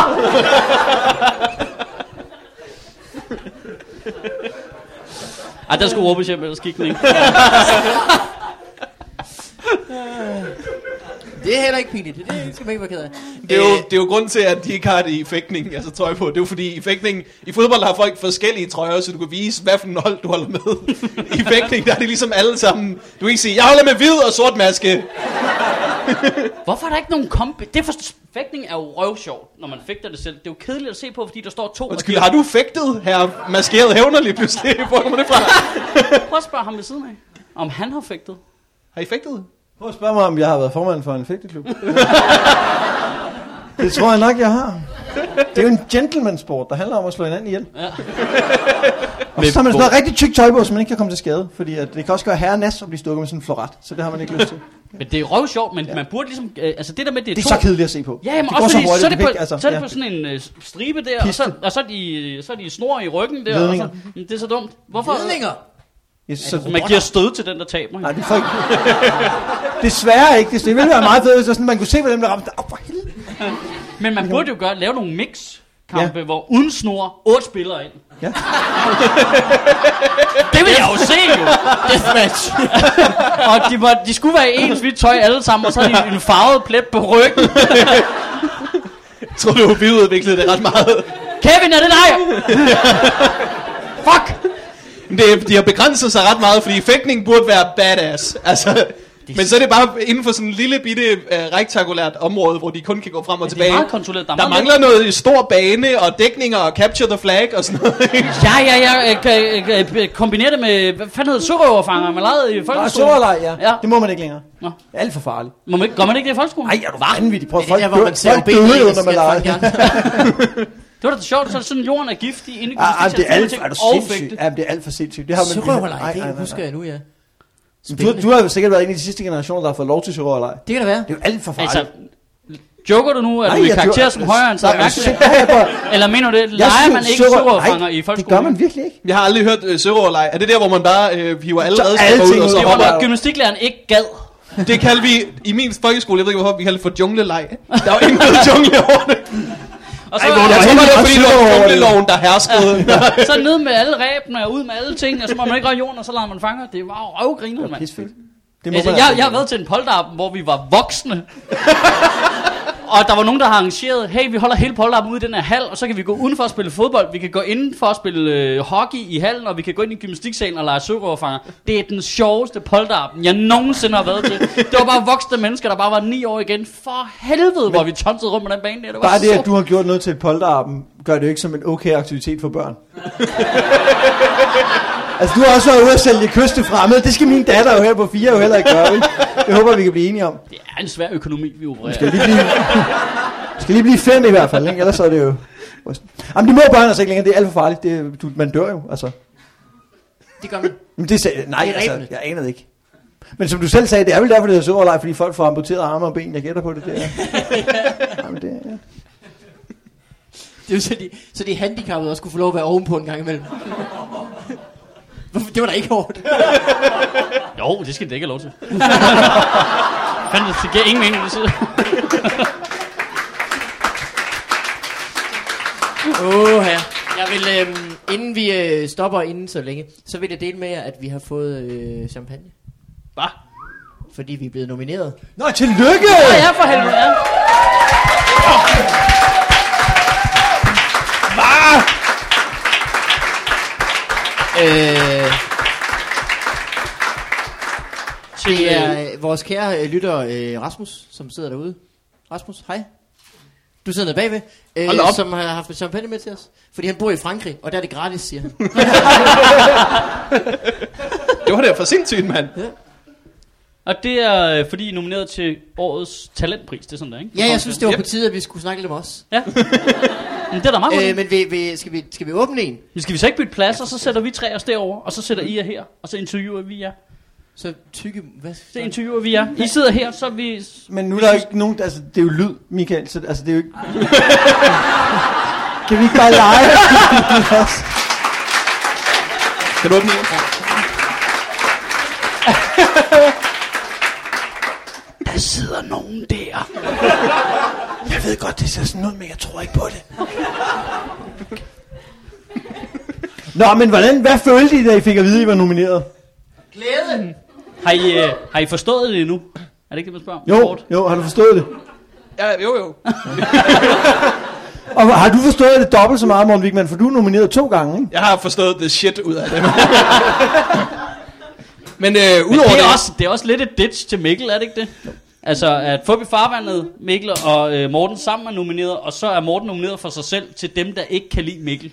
Speaker 6: Ej, der skulle råbes hjem, ellers gik den ikke.
Speaker 1: Det er heller ikke pinligt. Det skal man ikke være ked af.
Speaker 2: Det er jo grund til, at de ikke har det i fægtning, altså trøje på. Det er jo fordi, i fægtning, i fodbold har folk forskellige trøjer, så du kan vise, hvad for en hold du holder med. I fægtning, der er det ligesom alle sammen. Du kan ikke sige, jeg holder med hvid og sort maske.
Speaker 6: Hvorfor er der ikke nogen fægtning er jo røvsjovt, når man fægter det selv. Det er jo kedeligt at se på, fordi der står 2.
Speaker 2: Undskyld, har du fægtet her maskeret hævner lige pludselig? Hvor kommer det fra?
Speaker 6: Prøv at spørge ham ved siden af, om han har fægtet.
Speaker 2: Har I fægtet?
Speaker 4: Prøv at spørge mig, om jeg har været formand for en fægteklub. Det tror jeg nok, jeg har. Det er jo en gentleman-sport, der handler om at slå hinanden ihjel. Ja. Og så har man sådan noget rigtig tykt tøj på, så man ikke kan komme til skade. Fordi at det kan også gøre herrenas at blive stukket med sådan en floret. Så det har man ikke lyst til.
Speaker 6: Men det er røvsjovt, men man burde ligesom... altså det der med,
Speaker 4: det er så kedeligt at se på.
Speaker 6: Ja, men
Speaker 4: det
Speaker 6: også fordi,
Speaker 4: så,
Speaker 6: så er det på sådan en stribe der, og så er de snor i ryggen der. Og så, det er så dumt. Hvorfor?
Speaker 1: Ledninger!
Speaker 4: Ja, så
Speaker 6: man giver stød til den, der taber.
Speaker 4: Nej, det er ikke. Desværre ikke. Det ville være meget fedt, hvis man kunne se, hvad dem der ramte. For helvede.
Speaker 6: Men man burde jo lave nogle mix-kampe, hvor uden snor 8 spillere ind.
Speaker 4: Ja.
Speaker 6: Det vil jeg jo se, jo.
Speaker 1: Deathmatch.
Speaker 6: Og de skulle være i ens hvidt tøj alle sammen, og så er de en farvet plet på ryggen.
Speaker 2: Jeg tror, du har videreudviklet det ret meget.
Speaker 6: Kevin, er det dig? Fuck!
Speaker 2: De har begrænset sig ret meget, fordi fægtning burde være badass. Altså, men så er det bare inden for sådan en lille bitte rektangulært område, hvor de kun kan gå frem og tilbage.
Speaker 6: Det er meget kontrolleret.
Speaker 2: Der mangler noget stor bane og dækninger og capture the flag og sådan noget.
Speaker 6: Ja. Kombinere det med, hvad fanden hedder sørøverfanger, man lavede i folkeskolen?
Speaker 4: Sørøverleg, ja. Det må man ikke længere.
Speaker 6: Nå.
Speaker 4: Det er alt for farligt.
Speaker 6: Gør man ikke det i folkeskolen?
Speaker 4: Nej, er du vanvittig. Prøv at folk
Speaker 1: døde
Speaker 4: under man leger.
Speaker 6: Det var da sjovt, så er det sådan, jorden er giftig inde i
Speaker 4: det er alt for sindssygt. Det har man
Speaker 1: sørøverleg, det husker jeg nu, ja.
Speaker 4: Du har jo sikkert været en af de sidste generationer, der har fået lov til sørøverleg.
Speaker 1: Det kan det være.
Speaker 4: Det er jo alt for farligt.
Speaker 6: Altså, joker du nu, at du er karakter som højere end så eller mener du det? Leger man ikke sørøverfanger i folkeskolen?
Speaker 4: Det gør man virkelig ikke.
Speaker 2: Jeg har aldrig hørt sørøverleg. Er det der, hvor man bare hiver alle redskaber ud og så
Speaker 6: hopper? Det var gymnastiklæreren ikke gad.
Speaker 2: Det kaldte vi i min folkeskole, jeg ved ikke hvorfor, vi kaldte det for djungleleg. Der var ingen jungle over det.
Speaker 6: Og så,
Speaker 2: jeg tror, det var fordi, det var jungleloven, der herskede.
Speaker 6: Så ned med alle ræbene og ud med alle ting, og så må man ikke røre jorden, og så lader man fanger. Det var jo røvgriner, mand. Altså, jeg har været til en polterappen, hvor vi var voksne. Og der var nogen, der har arrangeret, hey, vi holder hele polterappen ude i den her hal, og så kan vi gå udenfor at spille fodbold, vi kan gå indenfor at spille hockey i hallen, og vi kan gå ind i gymnastiksalen og lege sørøverfanger. Det er den sjoveste polterappen, jeg nogensinde har været til. Det var bare voksne mennesker, der bare var 9 år igen. For helvede, hvor vi tonsede rundt med den bane der. Det var
Speaker 4: bare det, at du har gjort noget til et polterappen, gør det jo ikke som en okay aktivitet for børn. Altså, du har også været ude at sælge kyste fremmede. Det skal min datter jo her på 4 jo heller ikke gøre, ikke? Det håber vi kan blive enige om.
Speaker 6: Det er en svær økonomi, vi opererer.
Speaker 4: Skal lige blive 5 i hvert fald, ikke? Ellers så er det jo... Jamen, det må børn altså ikke længere. Det er alt for farligt. Man dør jo, altså.
Speaker 1: Det gør man.
Speaker 4: Men det nej, altså, jeg aner det ikke. Men som du selv sagde, det er vel derfor, det er sørøverleg, fordi folk får amputeret arme og ben. Jeg gætter på det. Det er. Jamen, det er...
Speaker 1: Det er jo så de handicappede også kunne få lov at være ovenpå en gang imellem. Det var da ikke hårdt.
Speaker 6: Jo, det skal det ikke have lov til. Det giver ingen mening, det siger.
Speaker 1: Her. Jeg vil, inden vi stopper inden så længe, så vil jeg dele med jer, at vi har fået champagne.
Speaker 2: Hvad?
Speaker 1: fordi vi er blevet nomineret.
Speaker 4: Nå, tillykke!
Speaker 6: Ja, for helvede, ja.
Speaker 1: Det er vores kære lytter Rasmus, som sidder derude. Rasmus, hej. Du sidder nede bagved, som har haft champagne med til os. Fordi han bor i Frankrig, og der er det gratis, siger han.
Speaker 2: Det var da for sindssygt, mand.
Speaker 1: Ja.
Speaker 6: Og det er fordi I er nomineret til årets talentpris, det er sådan der, ikke?
Speaker 1: Ja, jeg synes, det var på tide, at vi skulle snakke lidt om os.
Speaker 6: Ja. Men det er da meget godt.
Speaker 1: Men skal vi åbne en?
Speaker 6: Men skal vi så ikke bytte plads, og så sætter vi 3 os derover, og så sætter I jer her, og så interviewer vi jer.
Speaker 1: Så tykke... Hvad?
Speaker 6: Så interviewer vi jer. I sidder her, så vi...
Speaker 4: Men nu er der ikke nogen... Altså, det er jo lyd, Michael, så altså, det er jo ikke... Kan vi ikke bare lege?
Speaker 2: Kan du åbne en?
Speaker 6: Der sidder nogen der.
Speaker 4: Jeg ved godt, det ser sådan ud, men jeg tror ikke på det. Nå, men hvad følte I, da I fik at vide, I var nomineret?
Speaker 1: Glæde!
Speaker 6: Har I forstået det endnu? Er det ikke det, man spørger om?
Speaker 4: Jo, har du forstået det?
Speaker 2: Ja, jo.
Speaker 4: Og har du forstået det dobbelt så meget, Morten Wigman, for du er nomineret 2 gange, ikke?
Speaker 2: Jeg har forstået the shit ud af det. Men udover
Speaker 6: Men det er også lidt et ditch til Mikkel, er det ikke det? Altså, at Fubi Farvandet, Mikkel og Morten sammen er nomineret, og så er Morten nomineret for sig selv til dem, der ikke kan lide Mikkel.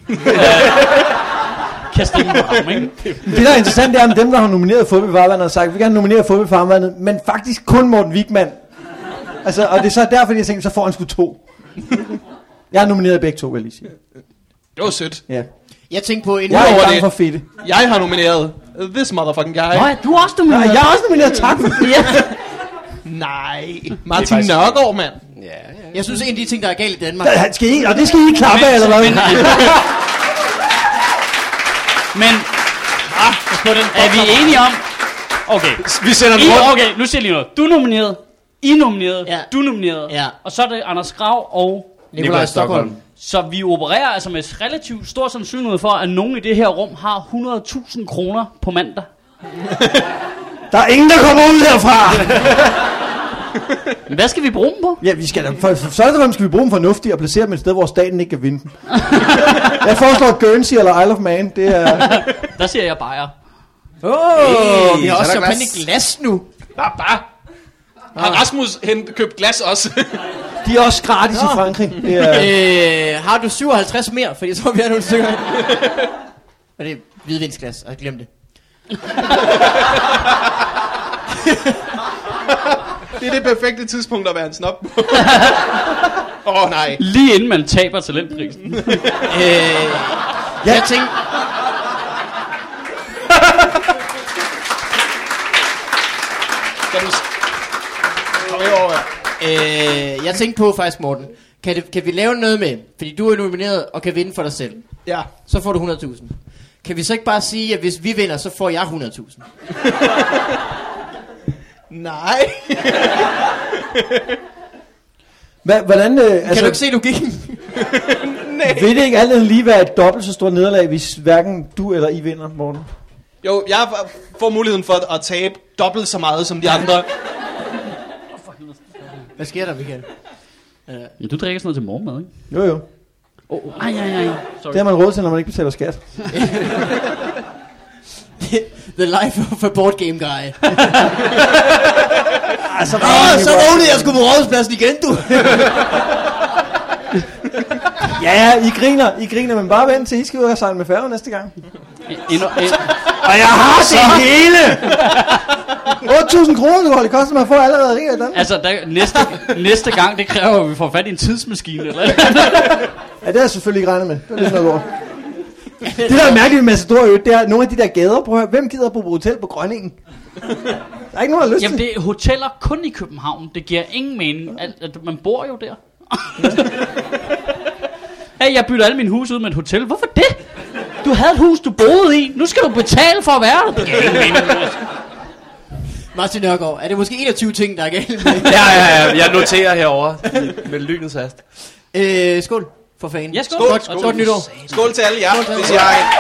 Speaker 6: Kan stemme på ham, ikke?
Speaker 4: Det, der er interessant, det er, at dem, der har nomineret Fubi Farvandet, har sagt, vi kan nominere Fubi Farvandet, men faktisk kun Morten Wigman. Altså, og det er så derfor, jeg tænkte, så får han sgu 2. Jeg har nomineret begge 2, vil jeg lige sige.
Speaker 2: det var sødt.
Speaker 4: Ja.
Speaker 1: Jeg tænkte på en...
Speaker 4: Jeg er i
Speaker 2: Udover
Speaker 4: gang
Speaker 2: det.
Speaker 4: for fedte.
Speaker 2: Jeg har nomineret this motherfucking guy.
Speaker 6: Nå ja, du er også
Speaker 4: Nej,
Speaker 6: nomineret.
Speaker 4: jeg er også nomineret, tak for det.
Speaker 6: Ja.
Speaker 2: Nej. Martin Nørgaard, mand.
Speaker 1: Jeg synes, en af de ting, der er galt i Danmark...
Speaker 4: Skal I, og det skal I klappe af, eller hvad?
Speaker 6: Men er vi enige om... Okay.
Speaker 2: Vi sender den rundt.
Speaker 6: Okay, nu siger jeg lige noget. Du er nomineret. I er nomineret.
Speaker 1: Ja.
Speaker 6: Du er nomineret.
Speaker 1: Ja.
Speaker 6: Og så er det Anders Grav og...
Speaker 1: Nikolaj Stockholm.
Speaker 6: Så vi opererer altså med relativt stor sandsynlighed for, at nogen i det her rum har 100.000 kroner på mandag.
Speaker 4: Der er ingen, der kommer ud herfra.
Speaker 6: Men hvad skal vi bruge dem på?
Speaker 4: Ja, vi skal da, så skal vi bruge dem fornuftigt og placere dem et sted, hvor staten ikke kan vinde dem. Jeg foreslår Guernsey eller Isle of Man. Det er...
Speaker 6: Der siger jeg bajer.
Speaker 1: Vi har også champagne i glas nu.
Speaker 2: Bare. Har Rasmus købt glas også?
Speaker 4: De er også gratis i Frankrig. Det er...
Speaker 1: Har du 57 mere? For jeg tror, vi har nogle stykker. Og det er hvidvinsglas, og jeg glemte det.
Speaker 2: Det er det perfekte tidspunkt at være en snop på. Nej.
Speaker 6: Lige inden man taber talentprisen.
Speaker 1: Jeg tænkte... Jeg tænkte på faktisk, Morten, kan vi lave noget med, fordi du er nomineret og kan vinde for dig selv.
Speaker 2: Ja.
Speaker 1: Så får du 100.000. Kan vi så ikke bare sige, at hvis vi vinder, så får jeg 100.000?
Speaker 2: Nej.
Speaker 4: Hvordan...
Speaker 1: Kan du ikke se logikken?
Speaker 4: Vil det ikke alt andet lige være et dobbelt så stort nederlag, hvis hverken du eller I vinder, Morten?
Speaker 2: Jo, jeg får muligheden for at tabe dobbelt så meget som de andre.
Speaker 1: Hvad sker der, Michael?
Speaker 6: Men du drikker sådan noget til morgenmad, ikke?
Speaker 4: Jo.
Speaker 6: Nej. Sorry.
Speaker 4: Det har man råd til, når man ikke betaler skat.
Speaker 1: The life of a board game guy.
Speaker 4: Altså,
Speaker 1: Så vågnede jeg sgu på rådhuspladsen igen, du.
Speaker 4: Ja, I griner, men bare vent til, I skal ud og sejle med færge næste gang.
Speaker 3: Og jeg har det hele!
Speaker 4: 8.000 kroner, du har det kostet mig at få allerede rig af den.
Speaker 6: Altså, næste gang, det kræver, at vi får fat i en tidsmaskine, eller
Speaker 4: Ja, det har jeg selvfølgelig ikke regnet med. Det er lidt noget lort. Det der er mærkeligt med Matador, det er nogle af de der gader. Prøv at høre, hvem gider bo på hotel på Grønningen? Der er ikke nogen, der har lyst
Speaker 6: Jamen,
Speaker 4: til.
Speaker 6: det er hoteller kun i København. Det giver ingen mening. At man bor jo der. Hey, jeg bytter alle mine huse ud med et hotel. Hvorfor det? Du havde et hus, du boede i. Nu skal du betale for at være der. Det giver ingen mening.
Speaker 1: Martin Nørgaard, er det måske 21 ting, der er galt med?
Speaker 3: Ja, jeg noterer herovre med lynets hast.
Speaker 1: Skål for fanden.
Speaker 6: Ja, skål.
Speaker 1: Godt nytår.
Speaker 2: Skål til alle jer,
Speaker 1: Skål til alle.
Speaker 2: hvis jeg er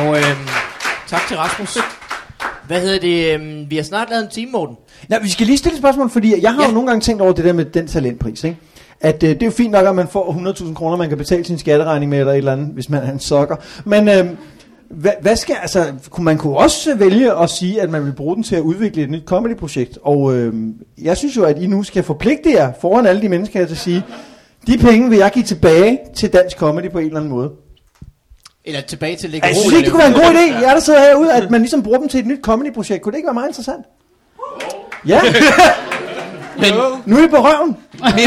Speaker 1: Og tak til Rasmus. Hvad hedder det? Vi har snart lavet en time, Morten.
Speaker 4: Ja, vi skal lige stille et spørgsmål, fordi jeg har jo nogle gange tænkt over det der med den talentpris, ikke? At det er jo fint nok, at man får 100.000 kroner, man kan betale sin skatteregning med, eller et eller andet, hvis man er en sokker. Men hvad skal, altså, man kunne også vælge at sige, at man vil bruge den til at udvikle et nyt comedy-projekt. Og jeg synes jo, at I nu skal forpligte jer foran alle de mennesker til at sige, de penge vil jeg give tilbage til dansk comedy på en eller anden måde.
Speaker 1: Eller tilbage til Lægge.
Speaker 4: Jeg synes ikke, det kunne være en god idé. Jeg der sidder herude, at man ligesom bruger dem til et nyt comedy-projekt. Kunne det ikke være meget interessant? Ja. Men nu er I på røven.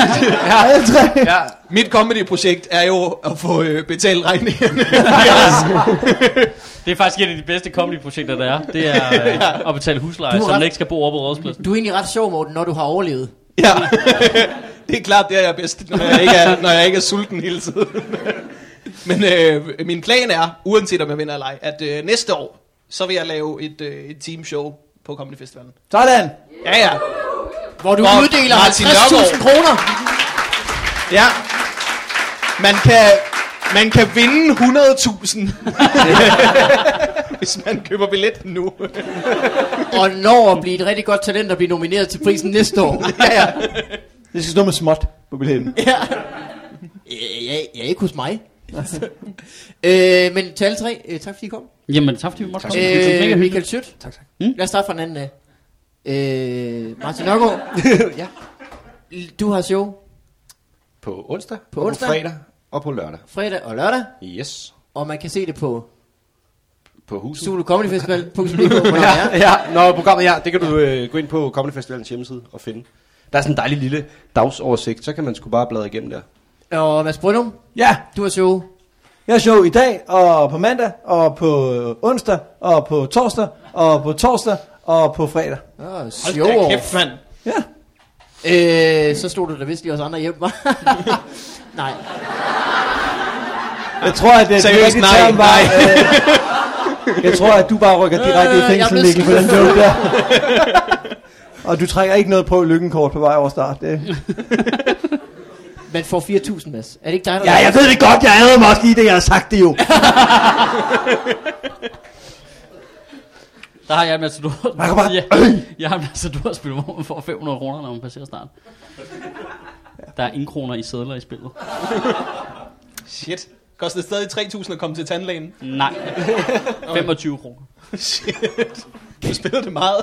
Speaker 2: Mit comedy-projekt er jo at få betalt regningerne.
Speaker 6: Det er faktisk et af de bedste comedy-projekter, der er. Det er at betale husleje, så man ikke skal bo oppe på Rådspladsen.
Speaker 1: Du er egentlig ret sjov, Morten, når du har overlevet.
Speaker 2: Ja, det er klart, det er jeg bedst, når jeg ikke er sulten hele tiden. Men min plan er, uanset om jeg vinder eller ej, at næste år, så vil jeg lave et teamshow på Comedy Festivalen.
Speaker 4: Sådan.
Speaker 2: Ja.
Speaker 1: Hvor du uddeler 50.000 kroner.
Speaker 2: Ja. Man kan vinde 100.000, hvis man køber billetten nu.
Speaker 1: Og når at blive et rigtig godt talent og blive nomineret til prisen næste år.
Speaker 2: Ja.
Speaker 4: Det skal stå med småt på billetten.
Speaker 1: Ja, ikke hos mig. Men til alle tre, tak fordi I kom.
Speaker 6: Jamen, tak fordi vi måtte komme.
Speaker 1: Michael Schødt.
Speaker 3: Tak.
Speaker 1: Lad os starte fra den anden af. Martin Nørgaard.
Speaker 3: Ja.
Speaker 1: Du har show
Speaker 3: På onsdag,
Speaker 1: På
Speaker 3: og
Speaker 1: onsdag?
Speaker 3: på fredag og på lørdag.
Speaker 1: fredag og lørdag.
Speaker 3: Yes.
Speaker 1: Og man kan se det på
Speaker 3: På huset.
Speaker 1: Zulu Comedy Festival.
Speaker 3: Når programmet er, det kan du gå ind på Comedy Festivalens hjemmeside og finde. Der er sådan en dejlig lille dagsoversigt, så kan man sgu bare bladre igennem der.
Speaker 1: Og Mads Brynum,
Speaker 4: Ja,
Speaker 1: du har show.
Speaker 4: jeg har show i dag, og på mandag, og på onsdag, og på torsdag, og på torsdag, og på fredag.
Speaker 1: Show.
Speaker 2: Hold da kæft, mand.
Speaker 4: Ja.
Speaker 1: Så stod du da vist lige os andre hjem, var. Nej.
Speaker 4: Jeg tror, at det
Speaker 2: Seriøst,
Speaker 4: rigtige
Speaker 2: nej,
Speaker 4: term var... jeg tror, at du bare rykker direkte i fængsel, Mikkel, på den joke der. Og du trækker ikke noget på lykkenkort på vej over start. Det.
Speaker 1: Man får 4.000, Mads. Er det ikke dig, der...
Speaker 4: Ja, jeg ved det godt. Jeg havde mig også lige det, jeg har sagt det jo.
Speaker 6: Der har jeg en Matador. Jeg har en Matador-spil, hvor man får 500 kroner, når man passerer start. Der er 1 kroner i sedler i spillet.
Speaker 2: Shit. Koster det stadig 3.000 at komme til tandlægen?
Speaker 6: Nej. 25 kroner.
Speaker 2: Shit. Du spiller det meget.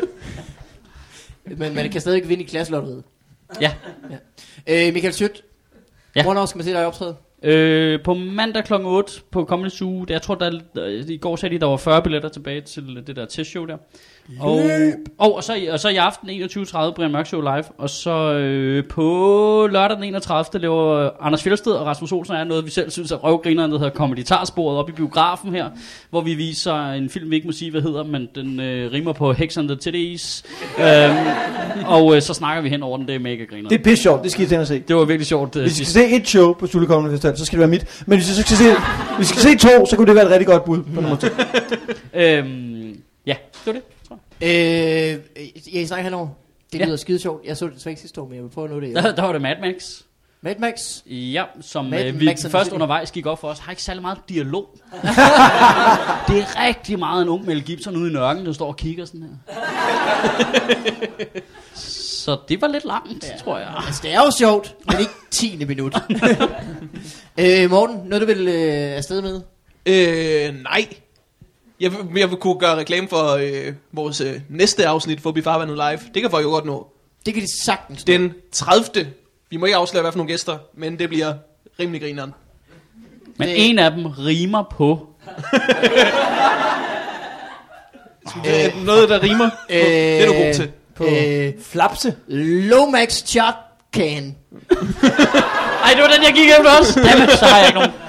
Speaker 1: Men man kan stadig ikke vinde i klasselotteriet.
Speaker 6: Ja.
Speaker 1: Michael Schødt.
Speaker 6: Ja.
Speaker 1: Hvornår skal man se dig optræde?
Speaker 6: På mandag kl. 8 på Comedy Zoo. Jeg tror, i går sagde de, der var 40 billetter tilbage til det der testshow der. Og så i aften 21.30 Brian Mørk Show live. Og så på lørdag den 31. laver Anders Fjeldsted og Rasmus Olsen er noget, vi selv synes er røvgrineren, der hedder Kommentarsporet oppe i biografen her. Hvor vi viser en film, vi ikke må sige, hvad hedder, men den rimer på Hex and the Titties. Og så snakker vi hen over den, det er mega griner.
Speaker 4: Det er pisse sjovt, det skal I tænke at se.
Speaker 6: Det var virkelig sjovt.
Speaker 4: Hvis I skal se et show på Zulu Comedy Festival, så skal det være mit. Men hvis I skal se 2, så kunne det være et rigtig godt bud på nummer 2.
Speaker 6: Ja, det var det, tror jeg.
Speaker 1: Jeg snakker henover. Det lyder skide sjovt. Jeg så det desværre ikke sidste år, men jeg vil prøve at nå det.
Speaker 6: Der var det Mad Max.
Speaker 1: Mad Max?
Speaker 6: Ja, som
Speaker 1: Mad
Speaker 6: vi
Speaker 1: Max
Speaker 6: først undervejs gik op for os. Har ikke særlig meget dialog. Det er rigtig meget en ung Mel Gibson ude i nørken, der står og kigger sådan her. Så det var lidt langt, tror jeg.
Speaker 1: Altså, det er jo sjovt, men ikke 10. minut. Morten, noget du vil afsted med?
Speaker 2: Nej. Jeg vil kunne gøre reklame for vores næste afsnit for Bifarvandet Live. Det kan folk jo godt nå.
Speaker 1: Det kan de sagtens.
Speaker 2: Den 30. Vi må ikke afsløre, hvad for nogle gæster, men det bliver rimelig grineren.
Speaker 6: Men en af dem rimer på...
Speaker 2: Noget, der rimer på. Det er du god til.
Speaker 1: På
Speaker 4: Flapse.
Speaker 1: Lomax Chart Can.
Speaker 6: Ej, det var den, jeg gik efter også. Jamen, så har jeg ikke nogen.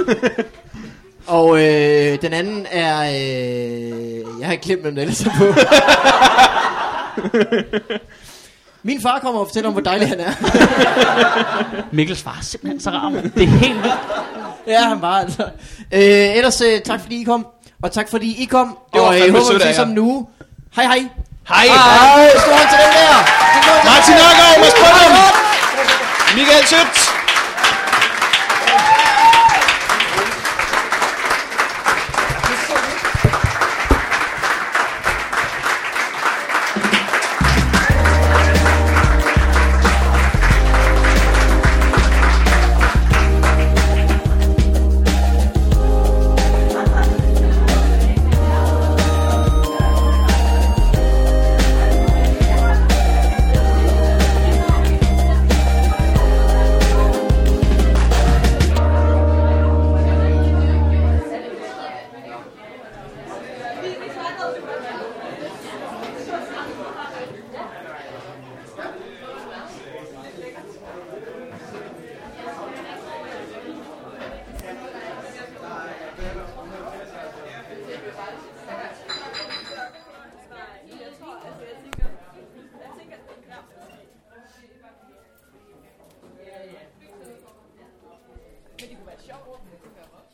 Speaker 1: Og den anden er... jeg har ikke glemt, hvem det ellers er på. Min far kommer og fortæller om, hvor dejlig han er.
Speaker 6: Mikkels far er simpelthen så rar. Det er helt vildt.
Speaker 1: Ja, han var altså. Ellers tak fordi I kom. Og tak fordi I kom.
Speaker 2: Det var
Speaker 1: og
Speaker 2: fandme
Speaker 1: håber
Speaker 2: sødt
Speaker 1: vi
Speaker 2: af
Speaker 1: ses
Speaker 2: jer.
Speaker 1: om en uge. Hej hej.
Speaker 2: Hej.
Speaker 1: Stor hånd til den der.
Speaker 2: Martin Nørgaard, Mads Brøndum, Michael Schødt.
Speaker 7: Men det kunne være sjovt.